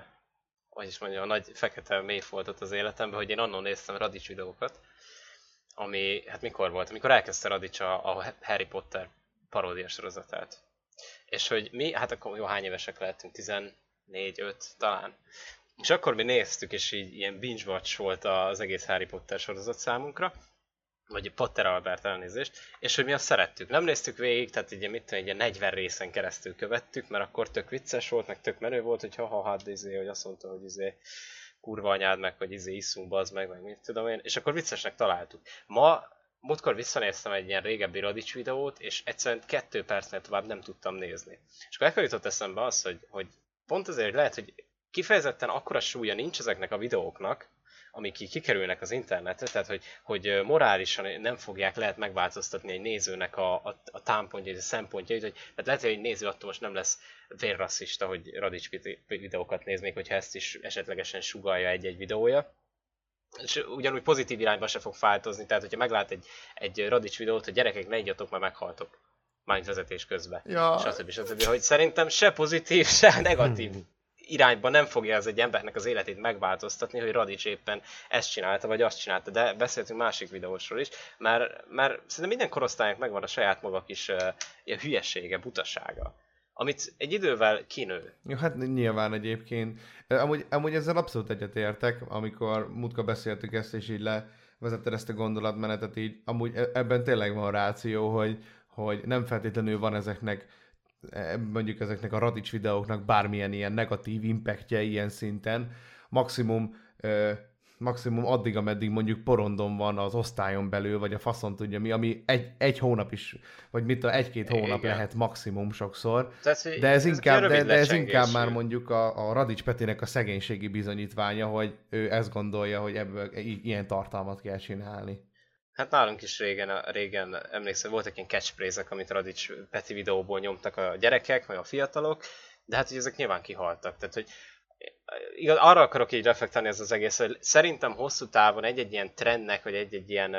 a nagy fekete mélyfoltot az életemben, hogy én annól néztem Radics videókat, ami, hát mikor volt? Amikor elkezdte Radics a Harry Potter paródia sorozatát. És hogy mi, hát akkor jó, hány évesek lehetünk? 14-5 talán. És akkor mi néztük, és így ilyen binge-watch volt az egész Harry Potter sorozat számunkra, vagy Potter Albert, elnézést, és hogy mi azt szerettük. Nem néztük végig, tehát így, mit tudom, egy 40 részen keresztül követtük, mert akkor tök vicces volt, meg tök menő volt, hogy hogy azt mondta, hogy kurva anyád meg, hogy iszunk, bazd meg mit tudom én, és akkor viccesnek találtuk. Múltkor visszanéztem egy ilyen régebbi Radics videót, és egyszerűen 2 percnél tovább nem tudtam nézni. És akkor jutott eszembe az, hogy pont azért, hogy lehet, hogy kifejezetten akkora súlya nincs ezeknek a videóknak, amik így kikerülnek az internetre, tehát hogy morálisan nem fogják lehet megváltoztatni egy nézőnek a támpontjait, a szempontjait, hogy tehát lehet, hogy egy néző attól most nem lesz vérrasszista, hogy Radics videókat néz, még hogyha ezt is esetlegesen sugallja egy videója. És ugyanúgy pozitív irányba se fog változni, tehát hogyha meglát egy Radics videót, hogy gyerekek, ne igyatok, mert meghaltok. Mármint vezetés közben. Ja. Stb. Hogy szerintem se pozitív, se negatív irányba nem fogja ez egy embernek az életét megváltoztatni, hogy Radics éppen ezt csinálta, vagy azt csinálta, de beszéltünk másik videósról is, mert szerintem minden korosztálynak megvan a saját maga kis ilyen hülyessége, butasága, amit egy idővel kinő. Jó, hát nyilván egyébként. Amúgy ezzel abszolút egyetértek, amikor múltkor beszéltük ezt, és így levezetted ezt a gondolatmenetet, így amúgy ebben tényleg van ráció, hogy nem feltétlenül van mondjuk ezeknek a Radics videóknak bármilyen ilyen negatív impactje ilyen szinten. Maximum addig, ameddig mondjuk porondon van az osztályon belül, vagy a faszon tudja mi, ami egy hónap is, vagy mit tudom, 1-2 hónap lehet maximum sokszor. Tehát, de ez inkább már mondjuk a Radics Petinek a szegénységi bizonyítványa, hogy ő ezt gondolja, hogy ebből ilyen tartalmat kell csinálni. Hát nálunk is régen emlékszem, voltak ilyen catchphrase-ek, amit Radics Peti videóból nyomtak a gyerekek, vagy a fiatalok, de hát hogy ezek nyilván kihaltak. Tehát, hogy igaz, arra akarok így reflektálni ez az egész, hogy szerintem hosszú távon egy-egy ilyen trendnek, vagy egy-egy ilyen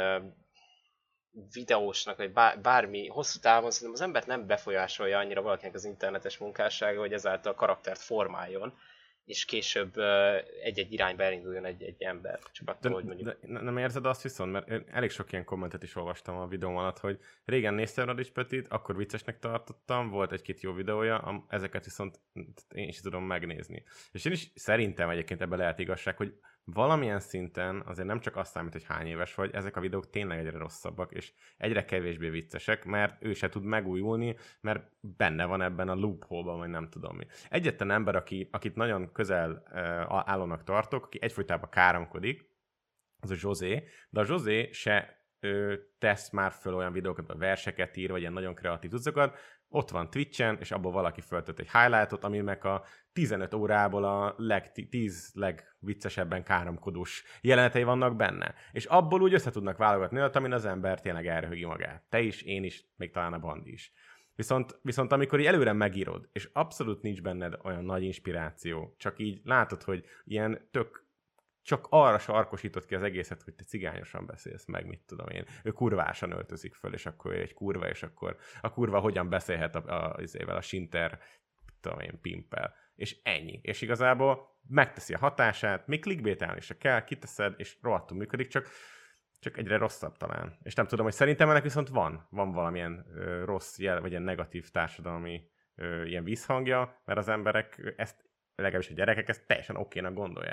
videósnak, vagy bármi hosszú távon szerintem az embert nem befolyásolja annyira valakinek az internetes munkássága, hogy ezáltal a karaktert formáljon, és később egy-egy irányba elinduljon egy ember. Csak attól, hogy mondjuk... de nem érzed azt viszont, mert én elég sok ilyen kommentet is olvastam a videóm alatt, hogy régen néztem Radics Petit, akkor viccesnek tartottam, volt 1-2 jó videója, ezeket viszont én is tudom megnézni. És én is szerintem egyébként ebben lehet igazság, hogy valamilyen szinten azért nem csak azt számít, hogy hány éves vagy, ezek a videók tényleg egyre rosszabbak, és egyre kevésbé viccesek, mert ő se tud megújulni, mert benne van ebben a loophole-ban, vagy nem tudom mi. Egyetlen ember, akit nagyon közel állónak tartok, aki egyfolytában káromkodik, az a José, de a José se tesz már föl olyan videókat, a verseket ír, vagy ilyen nagyon kreatív cuccokat, ott van Twitchen, és abból valaki föltött egy highlightot, aminek a 15 órából a 10 legviccesebben káromkodós jelenetei vannak benne. És abból úgy össze tudnak válogatni olyat, amin az ember tényleg elröhögi magát. Te is, én is, még talán a Bandi is. Viszont amikor így előre megírod, és abszolút nincs benned olyan nagy inspiráció, csak így látod, hogy ilyen csak arra sarkosított ki az egészet, hogy te cigányosan beszélsz meg, mit tudom én. Ő kurvásan öltözik föl, és akkor egy kurva, és akkor a kurva hogyan beszélhet a Sinter, tudom én, pimpel. És ennyi. És igazából megteszi a hatását, még clickbaitelni se kell, kiteszed, és rohadtul működik, csak egyre rosszabb talán. És nem tudom, hogy szerintem ennek viszont van valamilyen rossz jel, vagy ilyen negatív társadalmi ilyen vízhangja, mert az emberek ezt, legalábbis a gyerekek ezt teljesen okénak gondolják.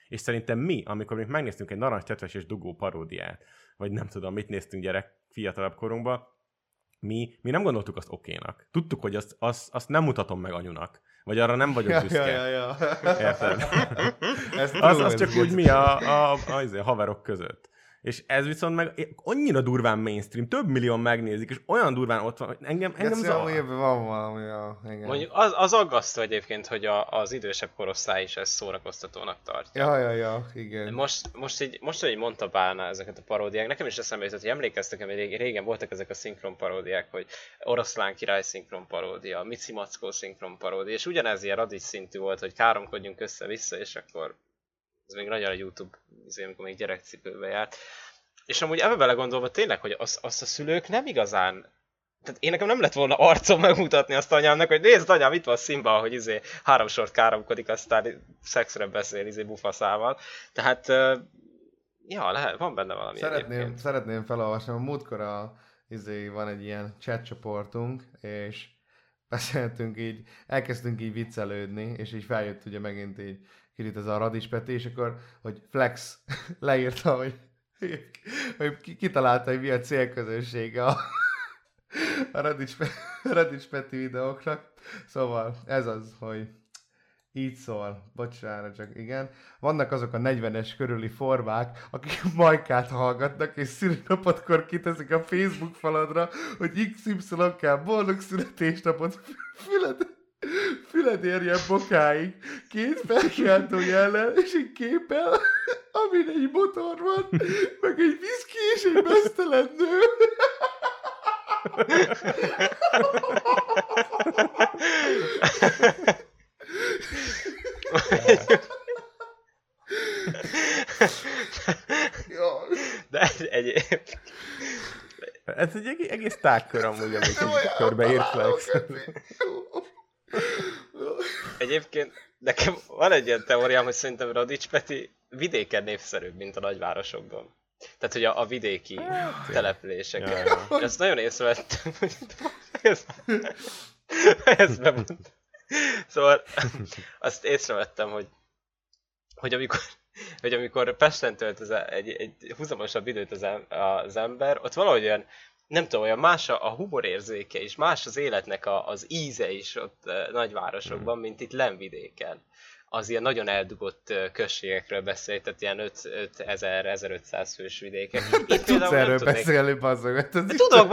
És szerintem mi, amikor még megnéztünk egy Narancs Tetves és Dugó paródiát, vagy nem tudom, mit néztünk fiatalabb korunkban, mi nem gondoltuk azt okénak. Tudtuk, hogy azt nem mutatom meg anyunak. Vagy arra nem vagyok büszke. Ja. Érted? az csak úgy mi a haverok között. És ez viszont meg annyira durván mainstream, több millió megnézik, és olyan durván ott van, hogy engem zavar. Van valami, igen. Mondjuk az aggasztó egyébként, hogy az idősebb korosztály is ezt szórakoztatónak tartja. Ja, igen. Most, hogy mondta Bálna ezeket a paródiák, nekem is eszembe jutott, hogy emlékeztek, hogy régen voltak ezek a szinkron paródiák, hogy Oroszlán király szinkron paródia, Mici Mackó szinkron paródia, és ugyanez ilyen Radics szintű volt, hogy káromkodjunk össze-vissza, és akkor ez még nagyon a YouTube, amikor még gyerekcipőbe járt. És amúgy ebbe belegondolva tényleg, hogy azt a szülők nem igazán... Tehát én nekem nem lett volna arcom megmutatni azt anyámnak, hogy nézd anyám, itt van Simba, hogy 3 sort káromkodik, aztán szexre beszél bufaszával. Tehát, lehet, van benne valami Szeretném felolvasni, a múltkor van egy ilyen chat csoportunk, és beszéltünk így, elkezdtünk így viccelődni, és így feljött ugye megint így kicsit ez a Radics Peti, és akkor, hogy Flex leírta, hogy kitalálta, hogy mi a célközönsége a Radics Peti videóknak. Szóval ez az, hogy így szól, bocsánat, csak igen. Vannak azok a 40-es körüli formák, akik Majkát hallgatnak, és születésnapodkor kiteszik a Facebook faladra, hogy XY-kkel boldog születésnapot füled érjen bokáig, 2 felkiáltó jellel, és egy képpel, amin egy motor van, meg egy viszki és egy mesztelen nő. De ez egy egész tágkör amúgy, amit körbeírt Flex. Egyébként nekem van egy ilyen teóriám, hogy szerintem Radics Peti vidéken népszerűbb, mint a nagyvárosokban. Tehát, hogy a vidéki településeken. Ja. Ezt nagyon észrevettem, hogy ezt bemondtam. Szóval azt észrevettem, hogy amikor Pesten tölt egy huzamosabb időt az ember, ott valahogy olyan, nem tudom, olyan más a humorérzéke is, más az életnek az íze is ott nagyvárosokban, mint itt lenvidéken. Az ilyen nagyon eldugott községekről beszél, tehát ilyen 5000-1500 fős vidékek. Te tudsz erről beszélni, bazzog. Tudok,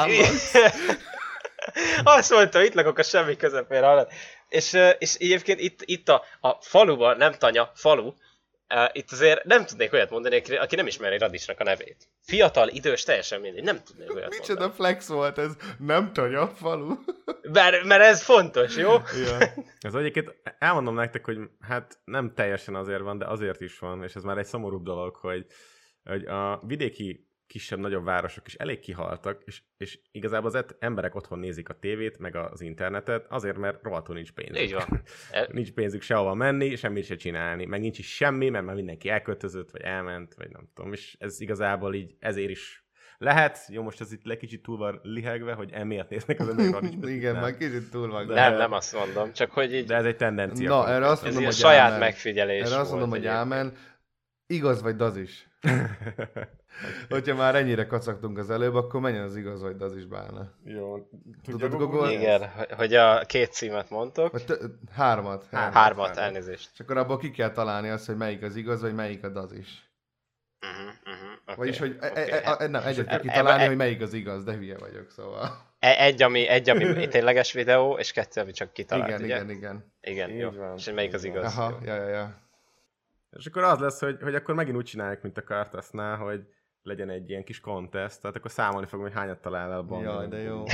azt mondta, itt lakok a semmi közepén. És egyébként itt a faluban, nem tanya, falu, itt azért nem tudnék olyat mondani, aki nem ismeri Radicsnak a nevét. Fiatal, idős, teljesen mindegy, nem tudnék olyat mondani. Micsoda flex volt ez, nem tanya, falu. Mert ez fontos, jó? Ja. Ez egyébként elmondom nektek, hogy hát nem teljesen azért van, de azért is van, és ez már egy szomorúbb dolog, hogy a vidéki kisebb-nagyobb városok is elég kihaltak, és igazából az emberek otthon nézik a tévét, meg az internetet, azért, mert rohadtul nincs pénzük. Így van. Nincs pénzük sehova menni, semmit se csinálni, meg nincs is semmi, mert már mindenki elköltözött, vagy elment, vagy nem tudom, és ez igazából így ezért is lehet. Jó, most ez itt kicsit túl van lihegve, hogy emiatt néznek az emberek Radics. Igen, már kicsit túl van. Nem azt mondom, csak hogy így... De ez egy tendencia. Na, erre azt mondom, hogy saját megfigyelés. Erre azt mondom, hogy ámen. Igaz vagy daz is. Hogyha már ennyire kacagtunk az előbb, akkor menjen az igaz vagy daz is, Bálna. Jó. Tudod googolni? Igen, hogy a 2 címet mondtok. 3. 3, elnézést. És akkor abból ki kell találni azt, hogy melyik az igaz, vagy melyik a daz is. Okay. Vagyis, hogy nem, egyet kell kitalálni, hogy melyik az igaz, de hülye vagyok, szóval. Egy, ami tényleges videó, és 2, ami csak kitalált, igen. Igen, jó. Van. És melyik az igaz? Aha, ja. És akkor az lesz, hogy akkor megint úgy csinálják, mint a Kartasznál, hogy legyen egy ilyen kis contest, tehát akkor számolni fogom, hogy hányat talál el a bandon. Jaj, de jó.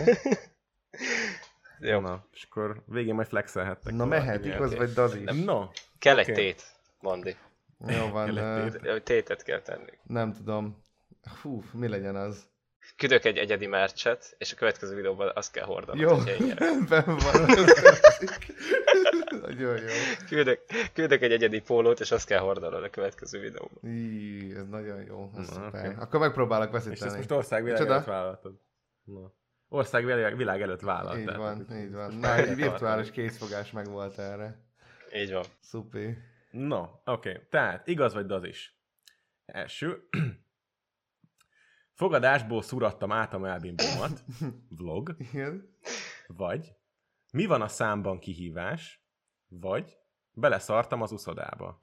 Jó. Na, és akkor végén majd flexelhettek. Na mehet, igaz vagy daz is. No. Kell egy tét, Bandi. Jó van, tétet kell tenni. Nem tudom. Hú, mi legyen az? Küldök egy egyedi mercset, és a következő videóban azt kell hordanod. Jó, rendben van. Nagyon jó. Küldök egy egyedi pólót, és azt kell hordanod a következő videóban. Ez nagyon jó. Ez szuper. Okay. Akkor megpróbálok veszíteni. És ezt most országvilág előtt vállaltad. Országvilág előtt vállaltad. Így van. Na, egy virtuális készfogás meg volt erre. Így van. Szupi. No, oké. Tehát, igaz vagy az is. Első. Fogadásból szurattam át a melbimbómat. Vlog. Igen. Vagy mi van a számban kihívás. Vagy beleszartam az uszodába.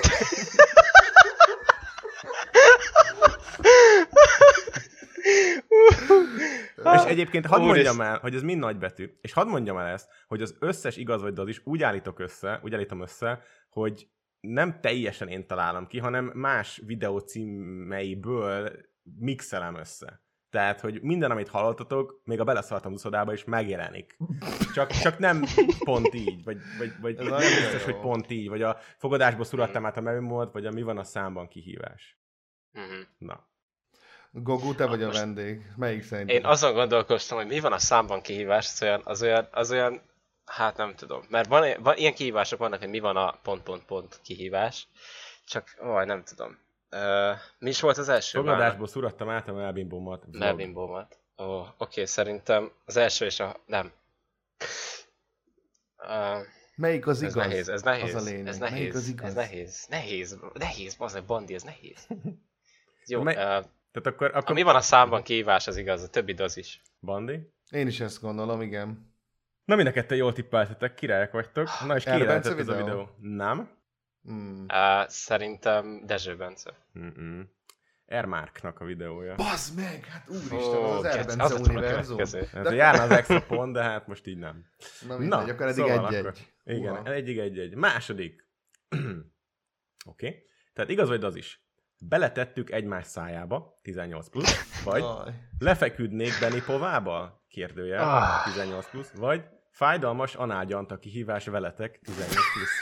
És egyébként hadd mondjam el, hogy ez mind nagybetű, és hadd mondjam el ezt, hogy az összes igaz vagy az is úgy állítom össze, hogy nem teljesen én találom ki, hanem más videó címeiből mixelem össze. Tehát, hogy minden, amit hallottatok, még a beleszartam uszodába is megjelenik. Csak nem pont így, vagy nem biztos, hogy pont így, vagy a fogadásból szurattam át a memót, vagy a mi van a számban kihívás. Na. Gogu, te vagy a vendég. Melyik szerintem? Én azon gondolkoztam, hogy mi van a számban kihívás, az olyan, hát nem tudom. Mert van ilyen kihívások vannak, hogy mi van a pont kihívás. Csak, nem tudom. Mi is volt az első? Fogadásból szurattam át a melbimbómat. Melbimbómat. Oké, szerintem az első és a... Nem. Melyik az igaz? Ez nehéz. Az a lényeg. Ez nehéz. Melyik az igaz? Ez nehéz, bazdmeg, Bandi, ez nehéz. Jó, tehát akkor... mi van a számban kihívás, az igaz, a többi az is. Bandi? Én is ezt gondolom, igen. Na, mind a ketten jól tippeltetek, királyok vagytok. Na, és ki lehetett ez a videó? Nem? Szerintem Dezső Bence. Ermárknak a videója. Bazd meg! Hát úristen, az Erbence az univerzum. Hát járna az extra pont, de hát most így nem. Na mindegy, akkor eddig szóval 1-1. Igen, eddig 1-1. Második. Oké. Tehát igaz vagy az is. Beletettük egymás szájába, 18 plusz, vagy lefeküdnék Benny Povába? Kérdőjel, 18 plusz, vagy fájdalmas análgyanta kihívás veletek, 18 plusz.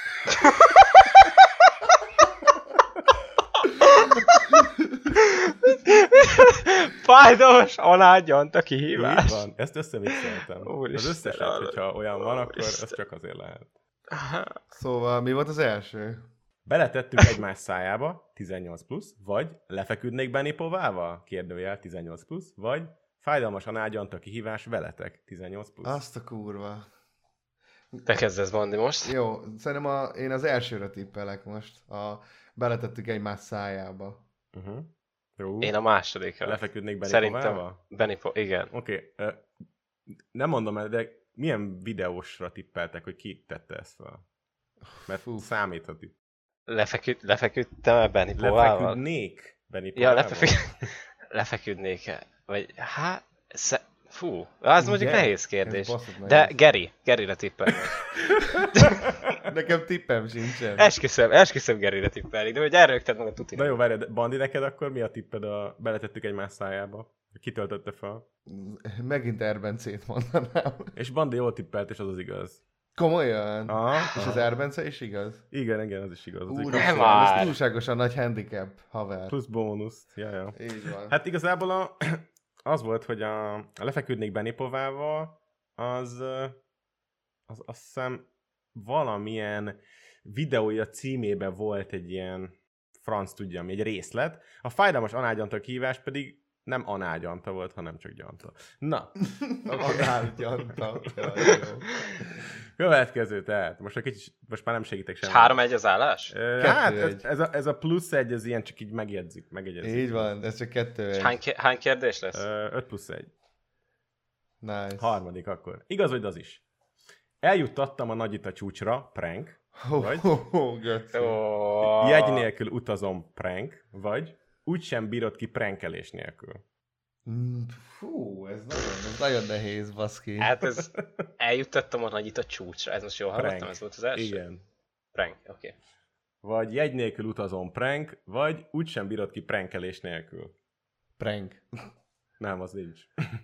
Fájdalmas análgyanta kihívás. Így van, ezt összevicceltem. Az összeset, hogyha olyan van, akkor az csak azért lehet. Szóval mi volt az első? Beletettük egymás szájába, 18 plusz, vagy lefeküdnék Benny Povával? Kérdőjel, 18 plusz, vagy fájdalmas análgyanta kihívás veletek, 18 plusz. Azt a kurva. Te kezdesz, Bandi, most? Jó, szerintem én az elsőre tippelek most. Beletettük egymás szájába. Én a másodikra. Lefeküdnék Benny Szerintem Povával? Igen. Oké. Nem mondom el, de milyen videósra tippeltek, hogy ki tette ezt fel? Mert számíthat itt. Lefeküdtem Benny Povával? Lefeküdnék Benny Povával? Ja, lefeküdnék-e? Vagy, az mondjuk nehéz kérdés. De Garyre tippelnek. Nekem tippem sincsen. Esküszöm Garyre tippelni, de hogy elrögted meg a tuti. Na jó, várj, Bandi, neked akkor mi a tipped beletettük egymás szájába? Kitöltötte fel? Megint Erbencét mondanám. És Bandi jól tippelt, és az az igaz. Komolyan? És az Erbence is igaz? Igen, az is igaz. Nem már! Ez túlságosan nagy handicap, haver. Plusz bónuszt, ja. Így van. Hát igazából az volt, hogy a lefeküdnék Benny Povával, az azt hiszem valamilyen videója címében volt egy ilyen franc tudja, egy részlet. A fájdalmas análgyanta kihívás pedig nem análgyanta volt, hanem csak gyanta. Na. Análgyanta. Következő, tehát. Most már nem segítek semmit. 3-1 az állás? Hát ez a plusz 1, ez ilyen csak így megjegyzik. Így van, ez csak 2-1. Hány kérdés lesz? 5 plusz 1. Nice. Harmadik akkor. Igaz, vagy az is? Eljuttattam a Nagyita csúcsra, prank. Vagy jegy nélkül utazom, prank. Vagy úgysem bírod ki prankelés nélkül. Ez nagyon nehéz, baszki. Hát ez eljuttattam a Nagyita csúcsra. Ez most jól hallottam, ez volt az első? Igen. Prank, oké. Vagy jegy nélkül utazom, prank. Vagy úgysem bírod ki prankelés nélkül. Prank. Nem, az nincs.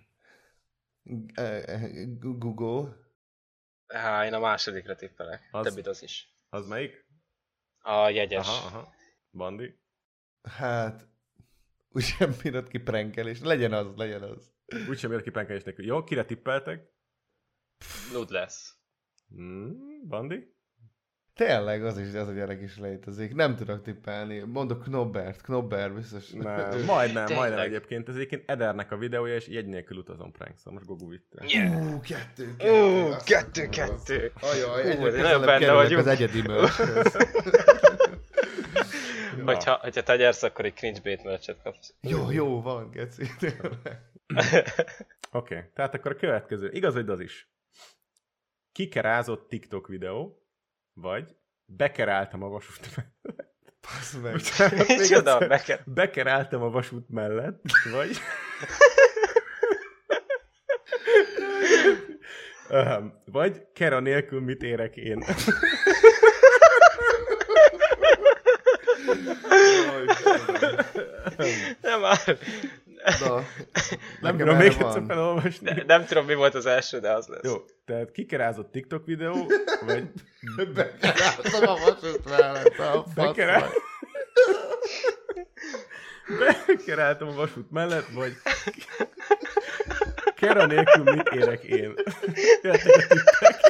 Google. Én a másodikra tippelek. Többit az is. Az melyik? A jegyes. Aha. Bandi? Hát, úgysem bírod ki prankelés. Legyen az. Úgysem bírod ki prankelés nélkül. Jó, kire tippeltek? Lud lesz. Bandi? Tényleg, az a gyerek is létezik. Nem tudok tippelni. Mondok Knobber biztos. Nem, majdnem egyébként. Ez egyébként Edernek a videója, és jegy nélkül utazom prank, szóval most Gogu vitte. Kettő. Ajaj, egyre nagyon közelebb benne kerülök vagyunk. az egyedi merchhöz. Hogyha te nyersz, akkor egy cringe bait merchet kapsz. Jó, van, geci, tényleg. Oké, tehát akkor a következő. Igaz, hogy az is. Kikerázott TikTok videó, vagy bekeráltam a vasút mellett. Basz meg. Micsoda, bekeráltam a vasút mellett, vagy... vagy kera nélkül mit érek én. Nem már. Nem tudom még egyszer felolvasni. Nem tudom, mi volt az első, de az lesz. Jó, tehát kikerázott TikTok videó, vagy... Bekeráltam a vasút mellett, Bekeráltam a vasút mellett, vagy... Kera nélkül mit érek én. Jöttek a tippek.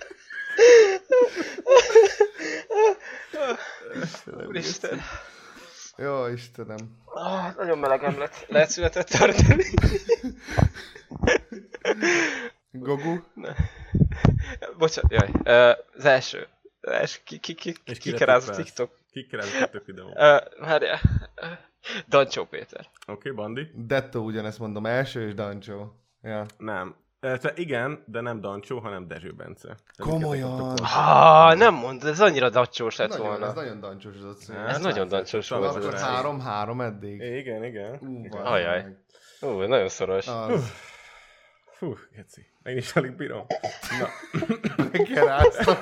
Úristen. Jó, Istenem. Nagyon melegem lett. Lehet született tartani? Gogu? Bocsánat, jaj. Az első. Kikerázott TikTok. Kikerázott TikTok videó. Várjál. Dancsó Péter. Oké, Bandi. Detto ugyanezt mondom, első és Dancsó. Ja. Nem. Igen, de nem Dancsó, hanem Dezső Bence. Komolyan? Nem mondod, ez annyira dancsós lett volna. Ez nagyon dancsós az a cím. Ez nagyon dancsós volt. Akkor 3-3 eddig. Igen. Ajaj. Nagyon szoros. Fú, geci. Én is alig bírom. Na. Bekeráztam.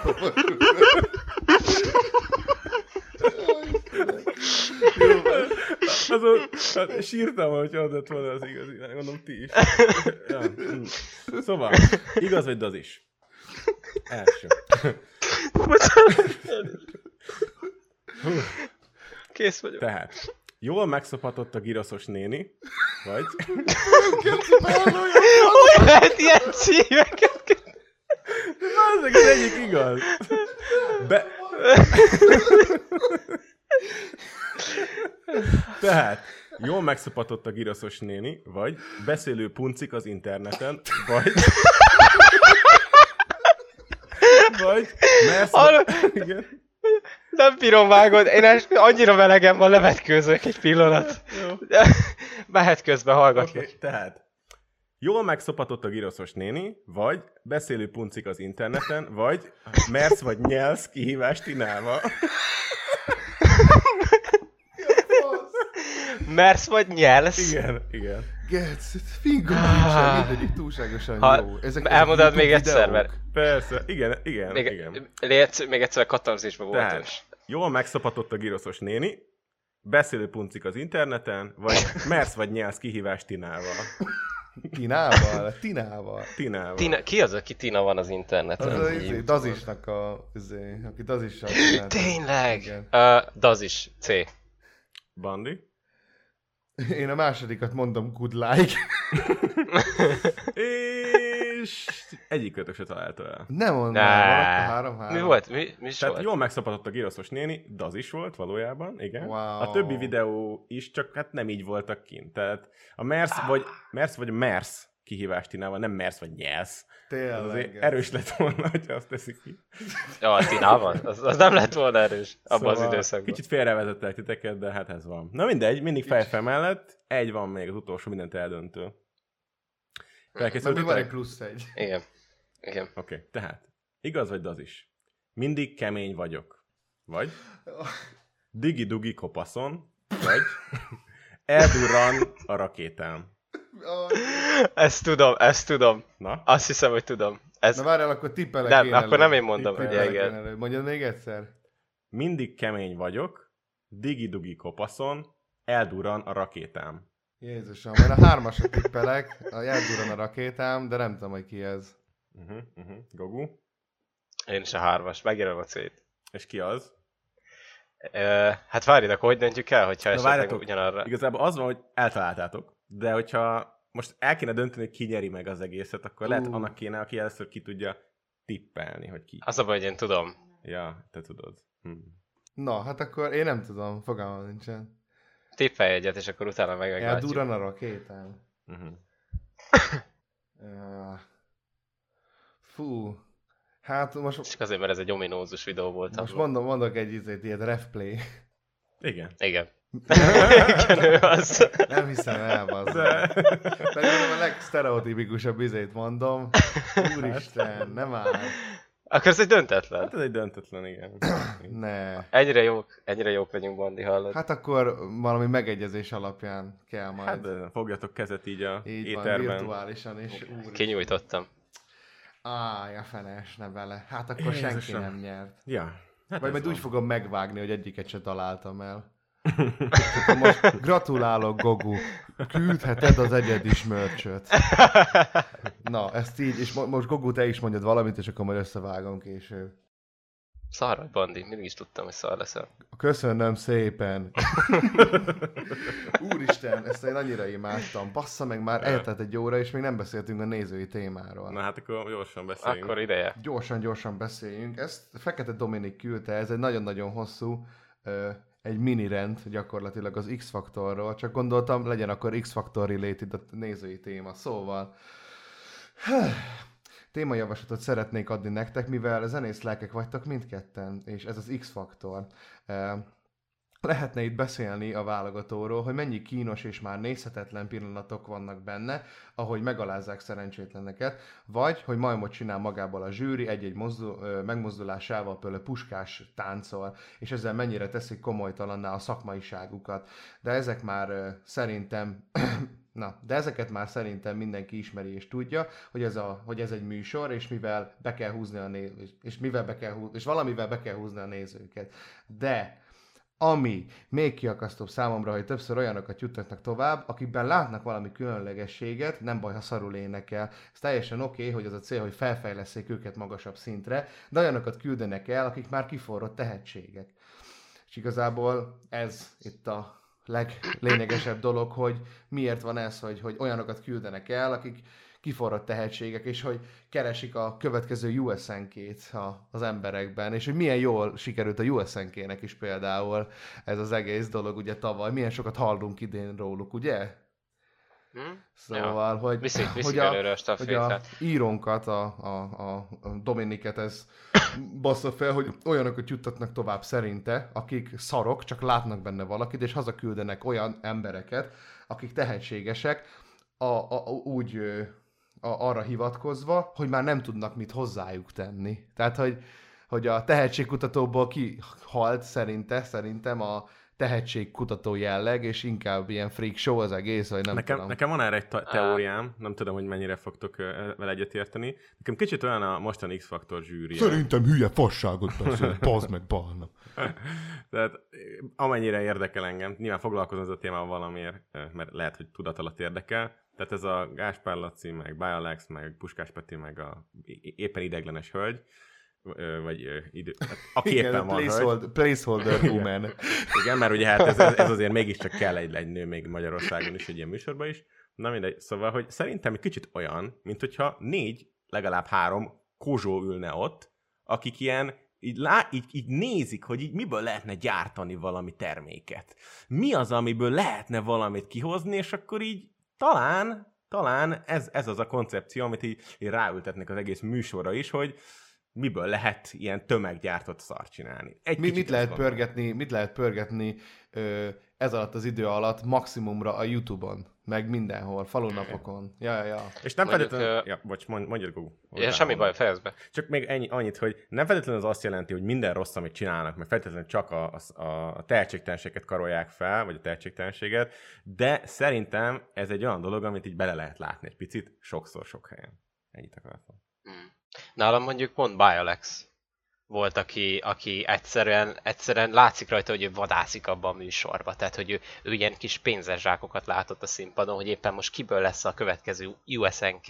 Azon sírtam, hogyha adott volna az igazi. Gondolom ti is. Ja. Szóval, igaz vagy az is? Első. Kész vagyok. Tehát, jól megszopatott a giroszos néni, vagy... Hogy lehet ilyen címeket? Ez az egyik igaz. Tehát, jól megszopatott a giroszos néni, vagy beszélő puncik az interneten, vagy igen. Nem bírom vágod, én annyira melegem van, levetkőzök egy pillanat. Mehet közben hallgatlak. Okay, tehát, jól megszopatott a giroszos néni, vagy beszélő puncik az interneten, vagy mersz vagy nyelsz kihívást Tinával. Mersz vagy nyelsz? Igen. Getsz, fingom nincsen, mindegyik túlságosan jó. Elmondod még egyszer, mert... Persze, igen. Még egyszer katarzisban voltam. Tehát, jól megszopatott a giroszos néni, beszélő puncik az interneten, vagy mersz vagy nyelsz kihívást Tinával. Tinával. Ki az, aki Tina van az interneten? Az Dazisnak aki Dazissal csinált. Tényleg? Dazis, C. Bandi? Én a másodikat mondom, good like. És egyik kötök se találta el. Nem mondom, maradt a 3-3. Mi volt? Mi is Tehát volt? jól megszopatott a giroszos néni, Daz is volt valójában, igen. Wow. A többi videó is, csak hát nem így voltak kint. Tehát a mersz vagy mersz kihívást Tinával, nem mersz vagy nyelsz. Tényleg. Erős lett volna, hogyha azt teszik ki. Ja, Tinával? Az nem lett volna erős abban az időszakban. Kicsit félrevezettek titeket, de hát ez van. Na mindegy, mindig fejfel mellett. Egy van még az utolsó mindent eldöntő. Meg van egy plusz egy. Igen. Oké, tehát igaz vagy az is. Mindig kemény vagyok. Vagy digi-dugi kopaszon. Vagy eldurran a rakétám. Ezt tudom. Na? Azt hiszem, hogy tudom. Na várjál, akkor tippelek nem, én akkor nem én mondom, hogy igen. Mondjad még egyszer. Mindig kemény vagyok, digi-dugi kopaszon, eldurran a rakétám. Jézusom, mert a 3-asra tippelek, eldurran a rakétám, de nem tudom, hogy ki ez. Gogu? Én is a 3-as, megjelölöm a C-t. És ki az? Hát várjad, akkor hogy döntjük el, hogyha esetleg ugyanarra... Igazából az van, hogy eltaláltátok, de hogyha most el kéne dönteni, hogy ki nyeri meg az egészet, akkor lehet annak kéne, aki először ki tudja tippelni, hogy ki. Az a baj, hogy én tudom. Ja, te tudod. Na, hát akkor én nem tudom, fogalmam nincsen. Tippelj egyet, és akkor utána meglátjuk. Eldurran a rakétán. Fú. Hát most... Csak azért, mert ez egy ominózus videó volt. Most mondok egy ilyet, refplay. Igen. Igen. Igen, ő az. Nem hiszem el, bazzá. Pedig a legsztereotipikusabb izét mondom. Úristen, nem áll. Akkor ez egy döntetlen. Hát ez egy döntetlen, igen. Ne. Ennyire jók vagyunk, Bandi, hallod? Hát akkor valami megegyezés alapján kell majd. Hát fogjatok kezet így a így éterben. van, virtuálisan is. Kinyújtottam. Ja, fenes, ne vele. Hát akkor senki nem nyert. Ja. Hát vagy majd úgy fogom megvágni, hogy egyiket se találtam el. Most gratulálok, Gogu. Küldheted az egyedis mörcsöt. Na, ezt így, és most Gogu, te is mondjad valamit, és akkor majd összevágom később. Szar vagy, Bandi, mindig is tudtam, hogy szar leszel. Köszönöm szépen. Úristen, ezt én annyira imádtam. Bassza meg, már eltelt egy óra, és még nem beszéltünk a nézői témáról. Na hát akkor gyorsan beszéljünk. Akkor ideje. Gyorsan beszéljünk. Ezt Fekete Dominik küldte, ez egy nagyon-nagyon hosszú, egy mini rend gyakorlatilag az X-faktorról, csak gondoltam, legyen akkor X-faktor related a nézői téma. Szóval... témajavaslatot szeretnék adni nektek, mivel zenész lelkek vagytok mindketten, és ez az X-faktor. Lehetne itt beszélni a válogatóról, hogy mennyi kínos és már nézhetetlen pillanatok vannak benne, ahogy megalázzák szerencsétleneket, vagy hogy majmot csinál magából a zsűri egy-egy megmozdulásával, például puskás táncol, és ezzel mennyire teszik komolytalanná a szakmaiságukat. De ezek már szerintem... de ezeket már szerintem mindenki ismeri és tudja, hogy ez egy műsor, és mivel be kell húzni és valamivel be kell húzni a nézőket. De ami még kiakasztóbb számomra, hogy többször olyanokat juttatnak tovább, akikben látnak valami különlegességet, nem baj, ha szarul énekel. Ez teljesen oké, hogy az a cél, hogy felfejlesszék őket magasabb szintre, de olyanokat küldenek el, akik már kiforrott tehetségek. És igazából ez itt a leglényegesebb dolog, hogy miért van ez, hogy olyanokat küldenek el, akik kiforrott tehetségek, és hogy keresik a következő USNK-t az emberekben, és hogy milyen jól sikerült a USNK-nek is például ez az egész dolog, ugye tavaly, milyen sokat hallunk idén róluk, ugye? Szóval, ja. hogy a írónkat, a Dominiket ez bassza fel, hogy olyanokat juttatnak tovább szerinte, akik szarok, csak látnak benne valakit, és hazaküldenek olyan embereket, akik tehetségesek, arra hivatkozva, hogy már nem tudnak mit hozzájuk tenni. Tehát, hogy a tehetségkutatóból kihalt szerintem a tehetségkutató jelleg, és inkább ilyen freak show az egész, vagy nem tudom. Nekem van erre egy teóriám, nem tudom, hogy mennyire fogtok vele egyetérteni. Nekem kicsit olyan a mostani X-faktor zsűri. Szerintem hülye fasságot beszél, bazd meg balna. Tehát amennyire érdekel engem, nyilván foglalkozom ez a témával valamiért, mert lehet, hogy tudat alatt érdekel. Tehát ez a Gáspár Laci, meg Bialex, meg Puskás Peti, meg a éppen ideiglenes hölgy, vagy aki igen, éppen van hölgy. Placeholder woman. Igen, mert ugye hát ez azért mégiscsak kell egy nő még Magyarországon is, egy ilyen műsorban is. Na mindegy, szóval, hogy szerintem egy kicsit olyan, mint hogyha legalább 3 kozsó ülne ott, akik ilyen így nézik, hogy így miből lehetne gyártani valami terméket. Mi az, amiből lehetne valamit kihozni, és akkor így talán ez az a koncepció, amit így ráültetnek az egész műsorra is, hogy miből lehet ilyen tömeggyártott szart csinálni. Mit lehet pörgetni ez alatt az idő alatt maximumra a YouTube-on, meg mindenhol, falunapokon. Ja. És nem feltétlenül... mondjad, Gugu. Semmi baj, fejezd be. Csak még annyit, hogy nem feltétlenül az azt jelenti, hogy minden rossz, amit csinálnak, meg feltétlenül csak a tehetségtelenséget karolják fel, vagy a tehetségtelenséget, de szerintem ez egy olyan dolog, amit így bele lehet látni egy picit, sokszor, sok helyen. Ennyit akartam. Nálam mondjuk pont Bialex volt, aki egyszerűen látszik rajta, hogy ő vadászik abban a műsorban. Tehát, hogy ő ilyen kis pénzes zsákokat látott a színpadon, hogy éppen most kiből lesz a következő USNK,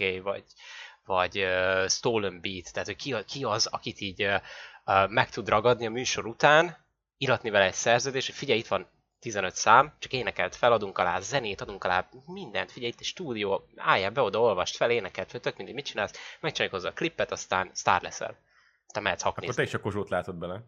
vagy Stolen Beat. Tehát, hogy ki az, akit így meg tud ragadni a műsor után, iratni vele egy szerződés, hogy figyelj, itt van 15 szám, csak énekelt fel, adunk alá zenét, adunk alá mindent, figyelj, itt egy stúdió, álljál be oda, olvast fel, énekelt fel, tök mindegy, mit csinálsz, megcsináljuk hozzá a klippet, aztán sztár leszel. te mehetsz haknizni. Akkor te is a Kozsót látod bele.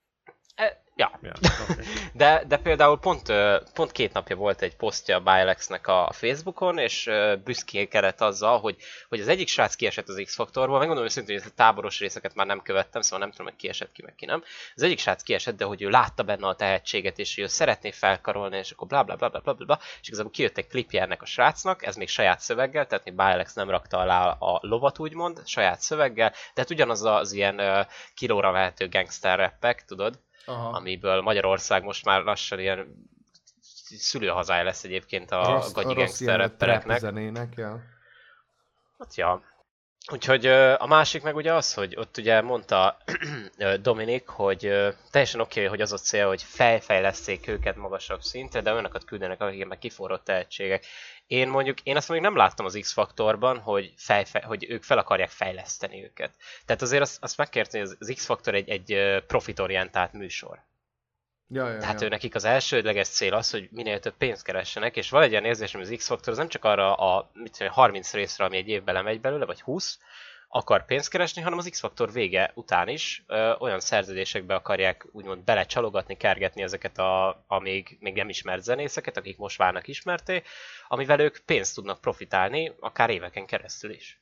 Ja. Okay. De például pont 2 napja volt egy posztja a BioLex-nek a Facebookon, és büszkélkedett azzal, hogy az egyik srác kiesett az X-faktorból. Megmondom őszintén, hogy a táboros részeket már nem követtem, szóval nem tudom, hogy kiesett ki, meg ki nem. Az egyik srác kiesett, de hogy ő látta benne a tehetséget, és hogy ő szeretné felkarolni, és akkor bla bla bla bla bla bla, és igazából kijött egy klipje ennek a srácnak, ez még saját szöveggel, tehát még BioLex nem rakta alá a lovat, úgymond, saját szöveggel, tehát ugyanaz az ilyen kilóra vehető gangster rappek, tudod? Aha. Amiből Magyarország most már lassan ilyen szülőhazája lesz egyébként a gagyi gangster rappereknek. Ja. Hát ja. Úgyhogy a másik meg ugye az, hogy ott ugye mondta Dominik, hogy teljesen oké, hogy az a cél, hogy fejleszték őket magasabb szintre, de olyanokat küldenek, akik meg kiforrott tehetségek. Én azt mondjuk nem láttam az X-faktorban, hogy ők fel akarják fejleszteni őket. Tehát azért azt megkérteni, hogy az X-faktor egy profitorientált műsor. Tehát ő nekik az elsődleges cél az, hogy minél több pénzt keressenek, és van egy ilyen érzésem, hogy az X-faktor az nem csak arra a 30 részre, ami egy évben lemegy belőle, vagy 20, akar pénzt keresni, hanem az X-faktor vége után is olyan szerződésekbe akarják úgymond belecsalogatni, kergetni ezeket a még nem ismert zenészeket, akik most válnak ismerté, amivel ők pénzt tudnak profitálni, akár éveken keresztül is.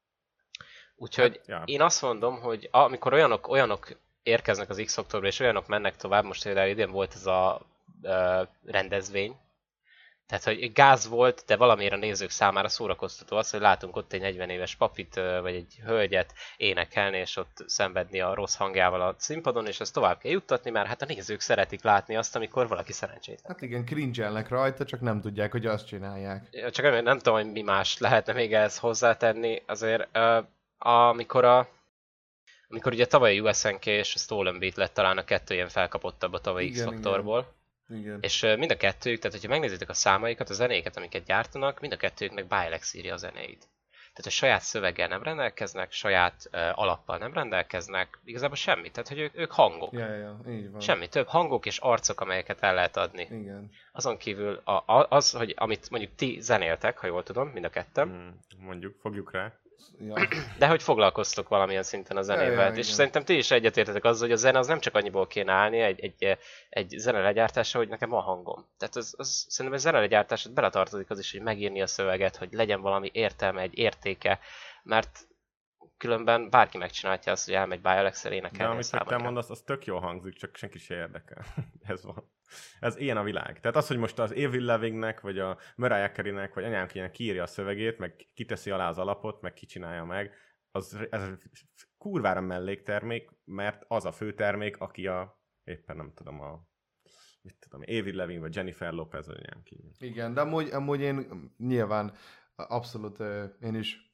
Úgyhogy én azt mondom, hogy amikor olyanok érkeznek az X-faktorba, és olyanok mennek tovább, most például idén volt ez a rendezvény, tehát, hogy gáz volt, de valamiért a nézők számára szórakoztató az, hogy látunk ott egy 40 éves papit, vagy egy hölgyet énekelni, és ott szenvedni a rossz hangjával a színpadon, és ezt tovább kell juttatni, mert hát a nézők szeretik látni azt, amikor valaki szerencsétlen. Hát igen, cringe-elnek rajta, csak nem tudják, hogy azt csinálják. Csak nem tudom, hogy mi más lehetne még ehhez hozzátenni. Azért, amikor ugye tavaly a USNK és a Stolen Beat lett talán a 2 ilyen felkapottabb a tavalyi X-faktorból. Igen. És mind a kettőjük, tehát hogyha megnézitek a számaikat, a zenéket, amiket gyártanak, mind a kettőjüknek BioLex írja a zenéit. Tehát a saját szöveggel nem rendelkeznek, saját alappal nem rendelkeznek, igazából semmit, tehát hogy ők hangok. Ja, így van. Semmi több, hangok és arcok, amelyeket el lehet adni. Igen. Azon kívül az, hogy amit mondjuk ti zenéltek, ha jól tudom, mind a ketten. Mondjuk, fogjuk rá. Ja. De hogy foglalkoztok valamilyen szinten a zenével, és szerintem ti is egyetértetek azzal, hogy a zene az nem csak annyiból kéne állni egy zene legyártása, hogy nekem van hangom. Tehát szerintem egy zene legyártását beletartozik az is, hogy megírni a szöveget, hogy legyen valami értelme, egy értéke, mert különben bárki megcsinálja azt, hogy elmegy BioLex-el énekelni. De amit te mondasz, az tök jól hangzik, csak senki se érdekel. Ez van. Ez ilyen a világ. Tehát az, hogy most az Avril Lavignek, vagy a Mariah Careynek, vagy anyám ilyen kiírja a szövegét, meg kiteszi alá az alapot, meg kicsinálja meg, ez kurvára melléktermék, mert az a főtermék, aki éppen nem tudom, Avril Lavigne, vagy Jennifer Lopez, vagy anyám ki. Igen, de amúgy én nyilván abszolút én is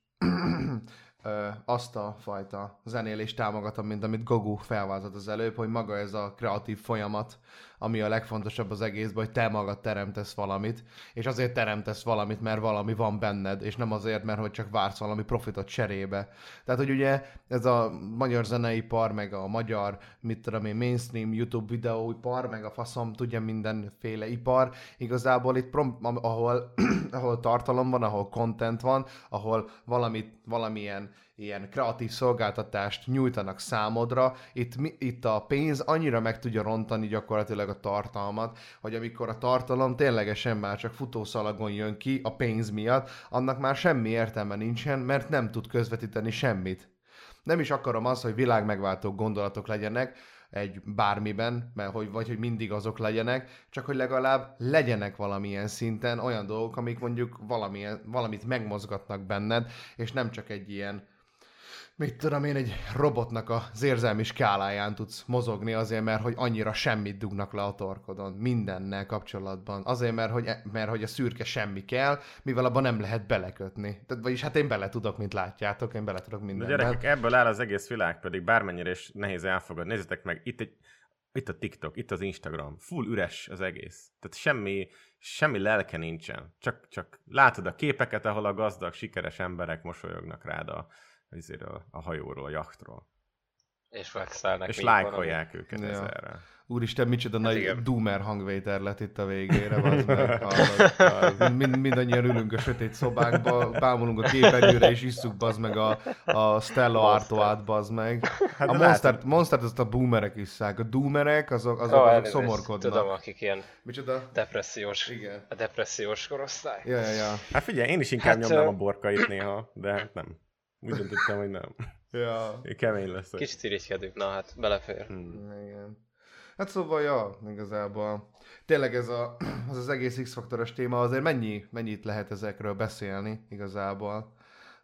azt a fajta zenélést támogatom, mint amit Gogu felvázolt az előbb, hogy maga ez a kreatív folyamat, ami a legfontosabb az egészben, hogy te magad teremtesz valamit, és azért teremtesz valamit, mert valami van benned, és nem azért, mert hogy csak vársz valami profitot cserébe. Tehát, hogy ugye ez a magyar zeneipar, meg a magyar, mainstream YouTube videóipar, meg a faszom, tudja mindenféle ipar, igazából itt ahol tartalom van, ahol content van, ahol valamilyen ilyen kreatív szolgáltatást nyújtanak számodra, itt a pénz annyira meg tudja rontani gyakorlatilag a tartalmat, hogy amikor a tartalom ténylegesen már csak futószalagon jön ki a pénz miatt, annak már semmi értelme nincsen, mert nem tud közvetíteni semmit. Nem is akarom azt, hogy világmegváltó gondolatok legyenek, egy bármiben, vagy hogy mindig azok legyenek, csak hogy legalább legyenek valamilyen szinten olyan dolgok, amik mondjuk valamit megmozgatnak benned, és nem csak egy ilyen, mit tudom én, egy robotnak az érzelmi skáláján tudsz mozogni azért, mert hogy annyira semmit dugnak le a torkodon, mindennel kapcsolatban. Azért, mert hogy a szürke semmi kell, mivel abban nem lehet belekötni. Tehát, vagyis hát én bele tudok, mint látjátok, én bele tudok mindenben. De gyerekek, ebből áll az egész világ, pedig bármennyire is nehéz elfogadni. Nézzétek meg, itt a TikTok, itt az Instagram, full üres az egész. Tehát semmi lelke nincsen. Csak látod a képeket, ahol a gazdag, sikeres emberek mosolyognak rád a hajóról, a jachtról. És vexelnek. És lájkolják őket ezerre. Úristen, micsoda Hát nagy igen. doomer hangvétel lett itt a végére, bazd meg. Hallod? Mindannyian ülünk a sötét szobákba, bámulunk a képernyőre, és isszuk, bazd meg a Stella Artois-t, bazd meg. Hát A Monstert azt a boomerek isszák. A doomerek, azok szomorkodnak. Tudom, akik ilyen Micsoda? a depressziós korosztály. Ja. Hát figyelj, én is inkább nyomnám a borkait néha, de hát nem. Úgy döntöttem, hogy nem. Ja. Kemény lesz. Kicsit irigykedünk, na hát belefér. Igen. Hát szóval, ja, igazából tényleg ez az egész X-faktoros téma, azért mennyit lehet ezekről beszélni igazából,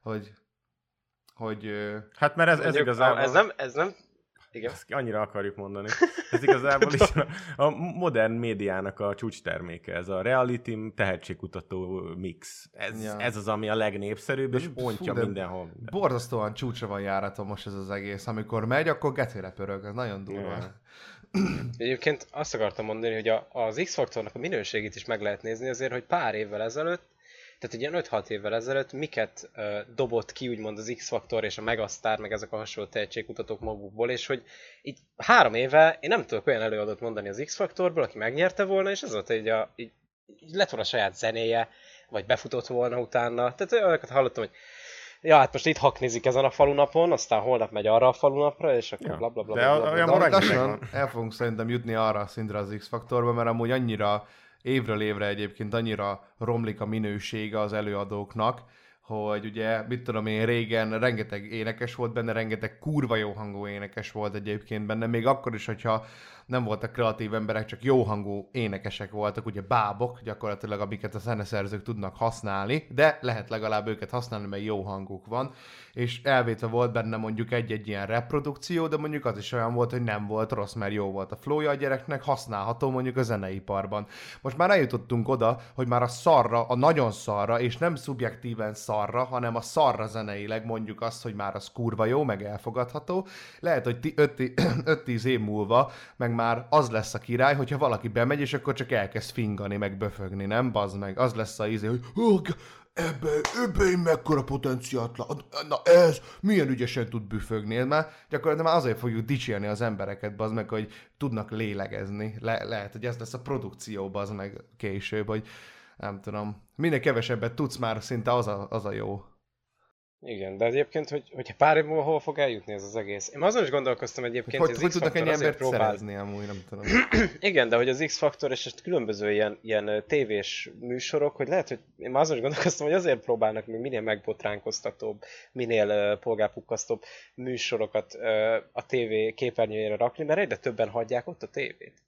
hogy hát mert ez igazából... Ez nem... Igen. Ezt annyira akarjuk mondani. Ez igazából is a modern médiának a csúcsterméke, ez a reality tehetségkutató mix. Ez az, ami a legnépszerűbb, és pontja mindenhol. Borzasztóan csúcsra van járaton most ez az egész. Amikor megy, akkor getére pörög, ez nagyon durva. Egyébként azt akartam mondani, hogy az X-faktornak a minőségét is meg lehet nézni azért, hogy pár évvel ezelőtt, tehát egy ilyen 5-6 évvel ezelőtt miket dobott ki úgymond az X-faktor és a Megastar, meg ezek a hasonló tehetségkutatók magukból, és hogy így 3 éve én nem tudok olyan előadót mondani az X-faktorból, aki megnyerte volna, és ez volt, hogy így lett volna a saját zenéje, vagy befutott volna utána. Tehát olyanokat hallottam, hogy ja, hát most itt haknizik ezen a falunapon, aztán holnap megy arra a falunapra, és akkor blablabla. De lassan el fogunk szerintem jutni arra a szintre az X-faktorba, mert amúgy annyira évről évre egyébként annyira romlik a minősége az előadóknak, hogy ugye, mit tudom én, régen rengeteg énekes volt benne, rengeteg kurva jó hangú énekes volt egyébként benne, még akkor is, hogyha nem voltak kreatív emberek, csak jó hangú énekesek voltak, ugye bábok gyakorlatilag, amiket a zeneszerzők tudnak használni, de lehet legalább őket használni, mert jó hanguk van, és elvétve volt benne mondjuk egy-egy ilyen reprodukció, de mondjuk az is olyan volt, hogy nem volt rossz, mert jó volt a flowja a gyereknek, használható mondjuk a zeneiparban. Most már eljutottunk oda, hogy már a szarra, a nagyon szarra, és nem szubjektíven szarra, hanem a szarra zeneileg mondjuk azt, hogy már az kurva jó, meg elfogadható. Lehet, hogy 5-10 év múlva meg már az lesz a király, hogyha valaki bemegy, és akkor csak elkezd fingani, meg böfögni, nem? Bazd meg. Az lesz a izé, hogy ebbe én mekkora potenciált na ez, milyen ügyesen tud büfögni. Már gyakorlatilag azért fogjuk dicsérni az embereket, bazd meg, hogy tudnak lélegezni. Lehet, hogy ez lesz a produkció, bazd meg később, hogy nem tudom. Minél kevesebbet tudsz, már szinte az a jó. Igen, de egyébként, hogyha pár év múlva hol fog eljutni ez az egész? Én azon is gondolkoztam egyébként, hogy az tudnak ennyi embert szerezni amúgy, nem tudom. Igen, de hogy az X-faktor és különböző ilyen tévés műsorok, hogy lehet, hogy én azon is gondolkoztam, hogy azért próbálnak még minél megbotránkoztatóbb, minél polgárpukkasztóbb műsorokat a tévé képernyőjére rakni, mert egyre többen hagyják ott a tévét.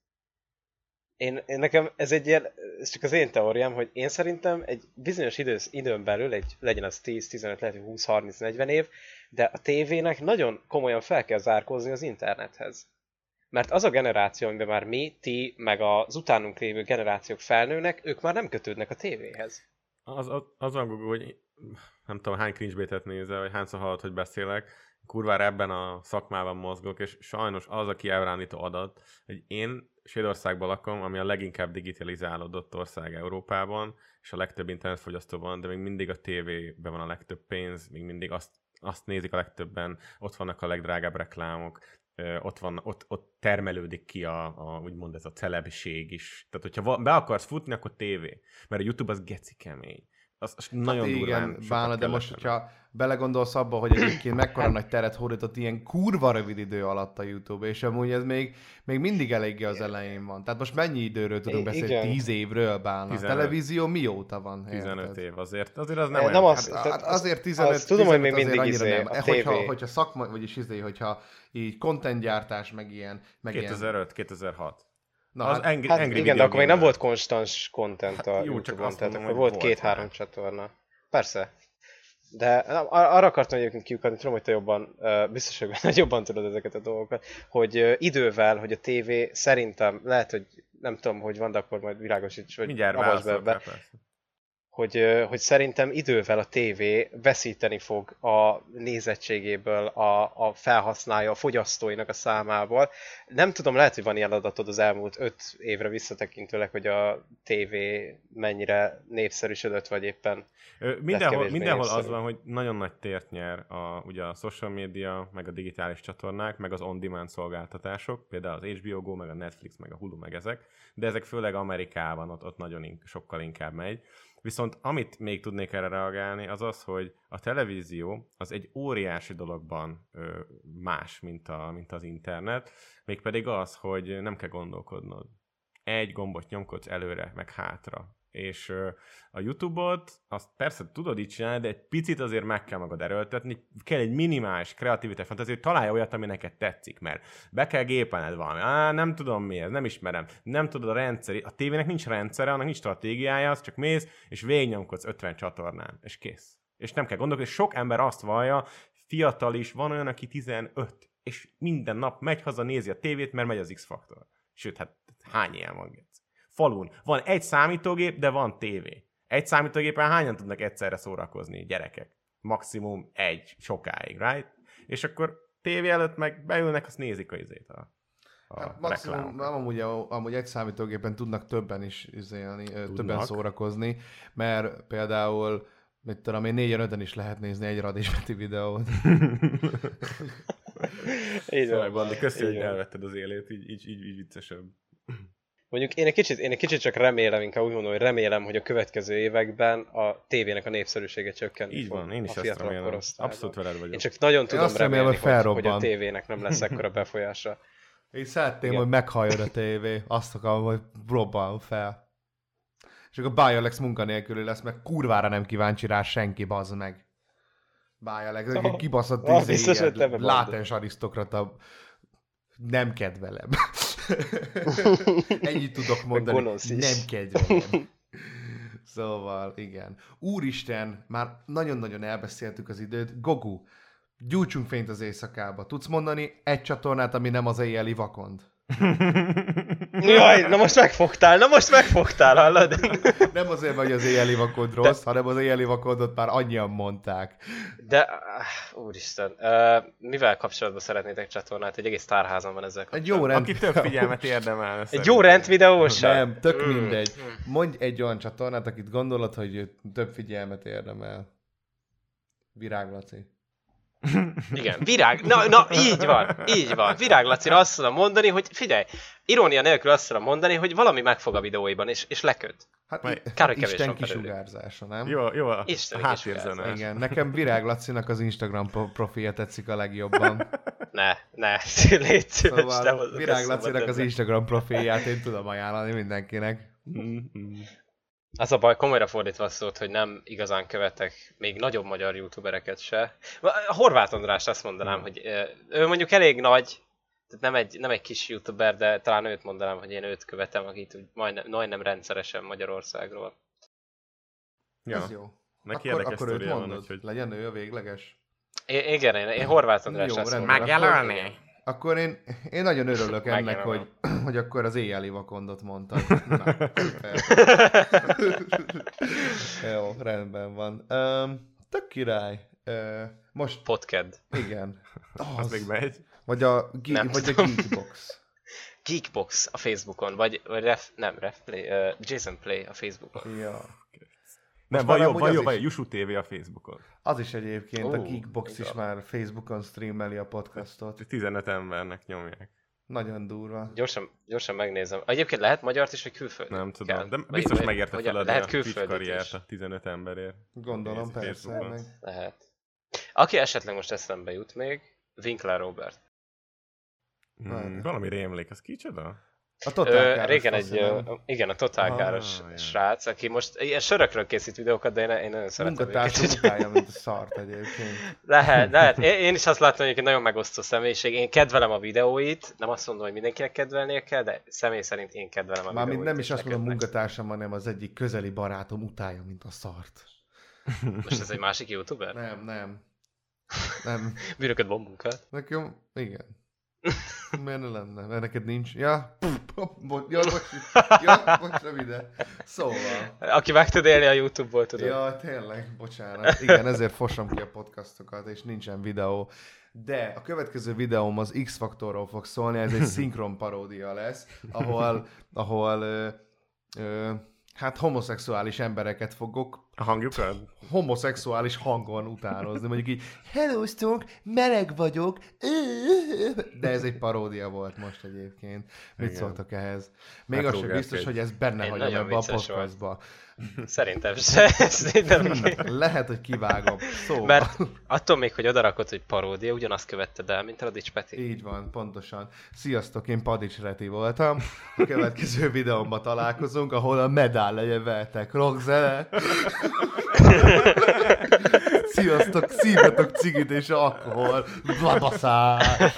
Nekem ez csak az én teóriám, hogy én szerintem egy bizonyos időn belül, legyen az 10-15, lehet, hogy 20-30-40 év, de a tévének nagyon komolyan fel kell zárkózni az internethez. Mert az a generáció, amiben már mi, ti, meg az utánunk lévő generációk felnőnek, ők már nem kötődnek a tévéhez. Azon Google, hogy nem tudom hány cringe-bétet nézel, vagy hányszor hallod, hogy beszélek, kurvára ebben a szakmában mozgok, és sajnos az a kiábránító adat, hogy én Svédországban lakom, ami a leginkább digitalizálódott ország Európában, és a legtöbb internetfogyasztó van, de még mindig a tévében van a legtöbb pénz, még mindig azt nézik a legtöbben, ott vannak a legdrágább reklámok, ott termelődik ki úgymond ez a celebség is. Tehát, hogyha be akarsz futni, akkor tévé. Mert a YouTube az geci kemény. Az nagyon durván bána, de most, hogyha belegondolsz abba, hogy egyébként mekkora nagy teret hódított ilyen kurva rövid idő alatt a YouTube, és amúgy ez még mindig eléggé az elején van. Tehát most mennyi időről tudunk beszélni? 10 évről bána. A televízió mióta van? 15 év azért az nem olyan. Nem azért 15 tudom, hogy még mindig annyira nem. Hogyha szakma, vagyis hogyha így contentgyártás, meg ilyen... 2005-2006. Na, az igen, de akkor még nem volt konstans content a YouTube-on, tehát akkor volt 2-3 csatorna. Persze. De arra akartam egyébként kiukadni, tudom, hogy te jobban, biztos, hogy jobban tudod ezeket a dolgokat, hogy idővel, hogy a tévé szerintem, lehet, hogy nem tudom, hogy van, de akkor majd világosíts, hogy mindjárt be. Hogy szerintem idővel a tévé veszíteni fog a nézettségéből, a felhasználja, a fogyasztóinak a számából. Nem tudom, lehet, hogy van ilyen adatod az elmúlt 5 évre visszatekintőleg, hogy a tévé mennyire népszerűsödött, vagy éppen Mindenhol az van, hogy nagyon nagy tért nyer ugye a social media, meg a digitális csatornák, meg az on-demand szolgáltatások, például az HBO Go, meg a Netflix, meg a Hulu, meg ezek, de ezek főleg Amerikában, ott nagyon sokkal inkább megy. Viszont amit még tudnék erre reagálni, az az, hogy a televízió az egy óriási dologban más, mint az internet, mégpedig az, hogy nem kell gondolkodnod. Egy gombot nyomkodsz előre, meg hátra. És a YouTube-ot, azt persze tudod így csinálni, de egy picit azért meg kell magad erőltetni, kell egy minimális kreativitás, fantázia, hogy találj olyat, ami neked tetszik, mert be kell gépelned valami. Nem tudom mi ez, nem ismerem, nem tudod a rendszer, a tévének nincs rendszere, annak nincs stratégiája, az csak mész, és végignyomkodsz 50 csatornán, és kész. És nem kell gondolkodni, sok ember azt vallja, fiatal is, van olyan, aki 15, és minden nap megy haza, nézi a tévét, mert megy az X-faktor. Sőt, hát hány ilyen van? Falun. Van egy számítógép, de van tévé. Egy számítógépen hányan tudnak egyszerre szórakozni, gyerekek? Maximum egy, sokáig, right? És akkor tévé előtt meg beülnek, azt nézik maximum, amúgy egy számítógépen tudnak többen is többen szórakozni, mert például, mit tudom én, 4-5-en is lehet nézni egy Radismeti videót. Így van, Bandi, köszönjük, hogy elvetted az élét, így viccesebb. Mondjuk én egy kicsit csak remélem, inkább úgy mondom, hogy remélem, hogy a következő években a tévének a népszerűsége csökkenni így van, én is ezt remélem. Abszolút veled vagyok. Én csak nagyon tudom remélni, hogy a tévének nem lesz ekkora befolyása. Én szeretném, hogy meghalljon a tévé. Azt akarom, hogy robban fel. És akkor Bialex munkanélküli lesz, meg kurvára nem kíváncsi rá senki, bazd meg. Bialex, egy kibaszott látens arisztokrata, nem kedvelem. Ennyit tudok mondani, nem kedvelem. Szóval, igen. Úristen, már nagyon-nagyon elbeszéltük az időt. Gogu, gyújtsunk fényt az éjszakába. Tudsz mondani egy csatornát, ami nem az éjjeli vakond? Jaj, na most megfogtál, hallod? Nem azért, hogy az éjjeli vakond rossz, hanem az éjjeli vakondot már annyian mondták. De, úristen, mivel kapcsolatban szeretnétek csatornát? Egy egész tárházam van ezzel kapcsolatban. Aki több figyelmet érdemel. Egy jó rendvideósan? Nem, tök mindegy. Mondj egy olyan csatornát, akit gondolod, hogy több figyelmet érdemel. Virág Laci. Igen, na így van. Virág Lacira azt tudom mondani, hogy figyelj, irónia nélkül azt tudom mondani, hogy valami megfog a videóiban, és leköt. Hát Isten kisugárzása, nem? Jó, Isten háttérzenés. Igen, nekem Virág Lacinak az Instagram profilja tetszik a legjobban. Ne, légy szíves. Szóval Virág Lacinak az Instagram profilját én tudom ajánlani mindenkinek. Az a baj, komolyra fordítva szólt, hogy nem igazán követek még nagyobb magyar youtubereket se. A Horváth Andrást azt mondanám, hogy ő mondjuk elég nagy, tehát nem egy kis youtuber, de talán őt mondanám, hogy én őt követem, akit úgy majdnem rendszeresen Magyarországról. Ja. Ez jó. Akkor őt mondod, hogy legyen ő a végleges? Igen, én Horváth Andrást azt mondom. Megjelölni? Akkor én nagyon örülök ennek, hogy akkor az éjjeli vakondot mondtad. Na, szuper. Jó, rendben van. Tök király. Most... Podcast. Igen. Az még megy. Vagy a Geekbox. Geekbox a Facebookon, vagy Refplay, Jason Play a Facebookon. Ja. Nem, vagy Jushu TV a Facebookon. Az is egyébként, a Geekbox is már Facebookon streameli a podcastot. 15 embernek nyomják. Nagyon durva. Gyorsan megnézem. Egyébként lehet magyart is, vagy külföldi? Nem tudom, de biztos megérte feladni a Twitch karriert a 15 emberért. Gondolom, persze. Lehet. Aki esetleg most eszembe jut még, Winkler Robert. Valami rémlik, az kicsoda? A totálkáros. Régen igen, a totálkáros srác, aki most ilyen sörökről készít videókat, de én nagyon szeretem őket. Munkatársam utálja, mint a szart egyébként. Lehet. Én is azt látom, hogy egy nagyon megosztó személyiség. Én kedvelem a videóit, nem azt mondom, hogy mindenkinek kedvelnie kell, de személy szerint én kedvelem a videóit. Mármint nem is azt mondom munkatársam, hanem az egyik közeli barátom utálja, mint a szart. Most ez egy másik youtuber? Nem. Bűnöket bombunkat? Nekem, igen. Miért ne lenne? Mert neked nincs. Ja, bocs, rövide. Szóval. Aki meg tud élni a YouTube-ból, tudod. Ja, tényleg, bocsánat. Igen, ezért fosom ki a podcastokat, és nincsen videó. De a következő videóm az X-faktorról fog szólni, ez egy szinkron paródia lesz, ahol hát homoszexuális embereket fogok A hangjukat? homoszexuális hangon utánozni. Mondjuk így, hellóztunk, meleg vagyok, de ez egy paródia volt most egyébként. Mit Igen. szóltok ehhez? Még az sem biztos, hogy ez benne hagyom nagyon ebbe a vicces podcastba. Szerintem se. Szerintem Lehet, hogy kivágom. Szóval. Mert attól még, hogy odarakod, hogy paródia, ugyanazt követted el, mint a Radics Peti. Így van, pontosan. Sziasztok, én Padics Reti voltam. A következő videómban találkozunk, ahol a medál legyen veletek rockzene. Sziasztok, szívjatok cigit és alkohol. Blabaszás.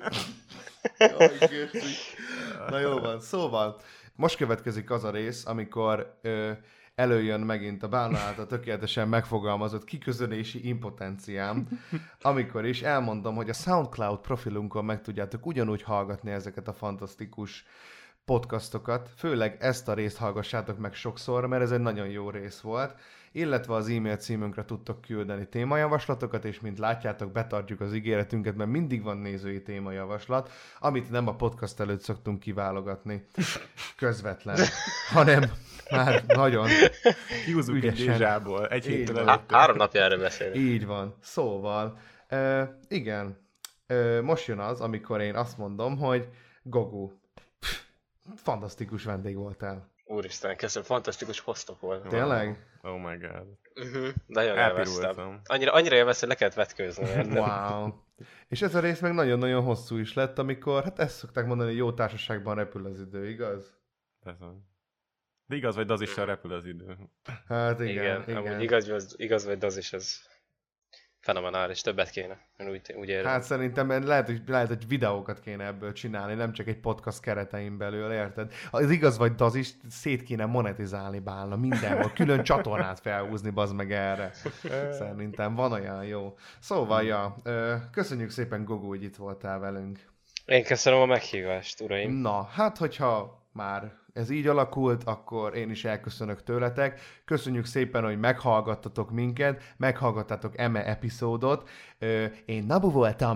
Na jó van, szóval most következik az a rész, amikor előjön megint a Bálna által tökéletesen megfogalmazott kiközönési impotenciám, amikor is elmondom, hogy a SoundCloud profilunkon meg tudjátok ugyanúgy hallgatni ezeket a fantasztikus podcastokat, főleg ezt a részt hallgassátok meg sokszor, mert ez egy nagyon jó rész volt, illetve az e-mail címünkre tudtok küldeni témajavaslatokat, és mint látjátok, betartjuk az ígéretünket, mert mindig van nézői témajavaslat, amit nem a podcast előtt szoktunk kiválogatni közvetlen, hanem már nagyon Kiúzzuk egy dézsából, egy héttel van. előtte. 3 napja erről beszélünk. Így van. Szóval, igen, most jön az, amikor én azt mondom, hogy Gogu, fantasztikus vendég voltál. Úristen, köszönöm, fantasztikus hostok volt. Tényleg? Oh my god. Nagyon élveztem. Elpirultam. Annyira élveztem, hogy le kellett vetkőzni, érted? Wow. És ez a rész meg nagyon-nagyon hosszú is lett, amikor, hát ezt szokták mondani, hogy jó társaságban repül az idő, igaz? Ez van. De igaz vagy, az is repül az idő. Hát igen. Amúgy igaz vagy, az is ez fenomenális, többet kéne. Én úgy érzem. Hát szerintem lehet, hogy videókat kéne ebből csinálni, nem csak egy podcast keretein belül, érted? Az igaz vagy, az is szét kéne monetizálni Bálna mindenhol, külön csatornát felhúzni, bazd meg erre. Szerintem van olyan jó. Szóval, ja, köszönjük szépen, Gogu, hogy itt voltál velünk. Én köszönöm a meghívást, uraim. Na, hát hogyha már ez így alakult, akkor én is elköszönök tőletek. Köszönjük szépen, hogy meghallgattatok minket, meghallgattátok eme epizódot. Én Nabu voltam.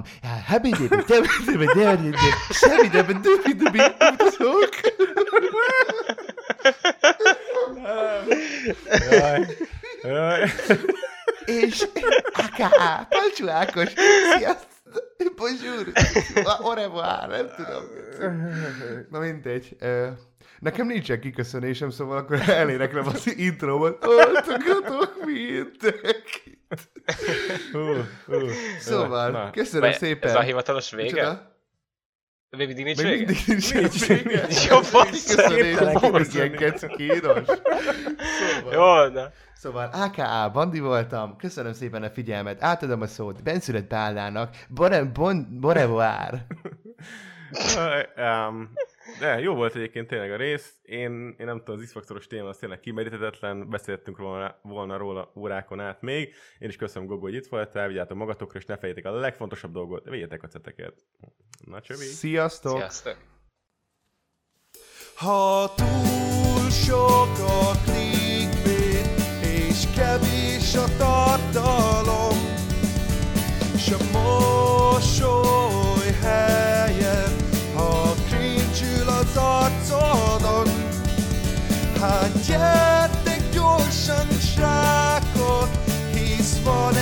És Aká, Palcsú Ákos, sziasztok! Bonjour! Au revoir, nem tudom. Na mindegy. Nekem nincsen kiköszönésem, szóval akkor eléneklem az intrómat. Oltogatok mindenkit! Szóval, köszönöm szépen. Ez a hivatalos vége? Micsoda? Még mindig nincs Még vége? mindig nincs vége. Jó, fasz! Köszönés, ilyen kecskíros. Jó, na. Szóval AKA Bandi voltam, köszönöm szépen a figyelmet, átadom a szót Benszület Bálnának, Borevoir. De jó volt egyébként tényleg a rész. Én nem tudom, az X-faktoros téma az tényleg kimeríthetetlen, beszéltünk volna róla órákon át még. Én is köszönöm, Gogo, hogy itt voltál, vigyázzatok magatokra, és ne fejétek a legfontosabb dolgot, vegyetek a ceteket. Na csövi! Sziasztok! Sziasztok! Ha túl sok a clickbait, és kevés a tartalom, s a mosoly helyett, ha cringe-ül az arcodon, hát gyertek gyorsan, srákok, hisz van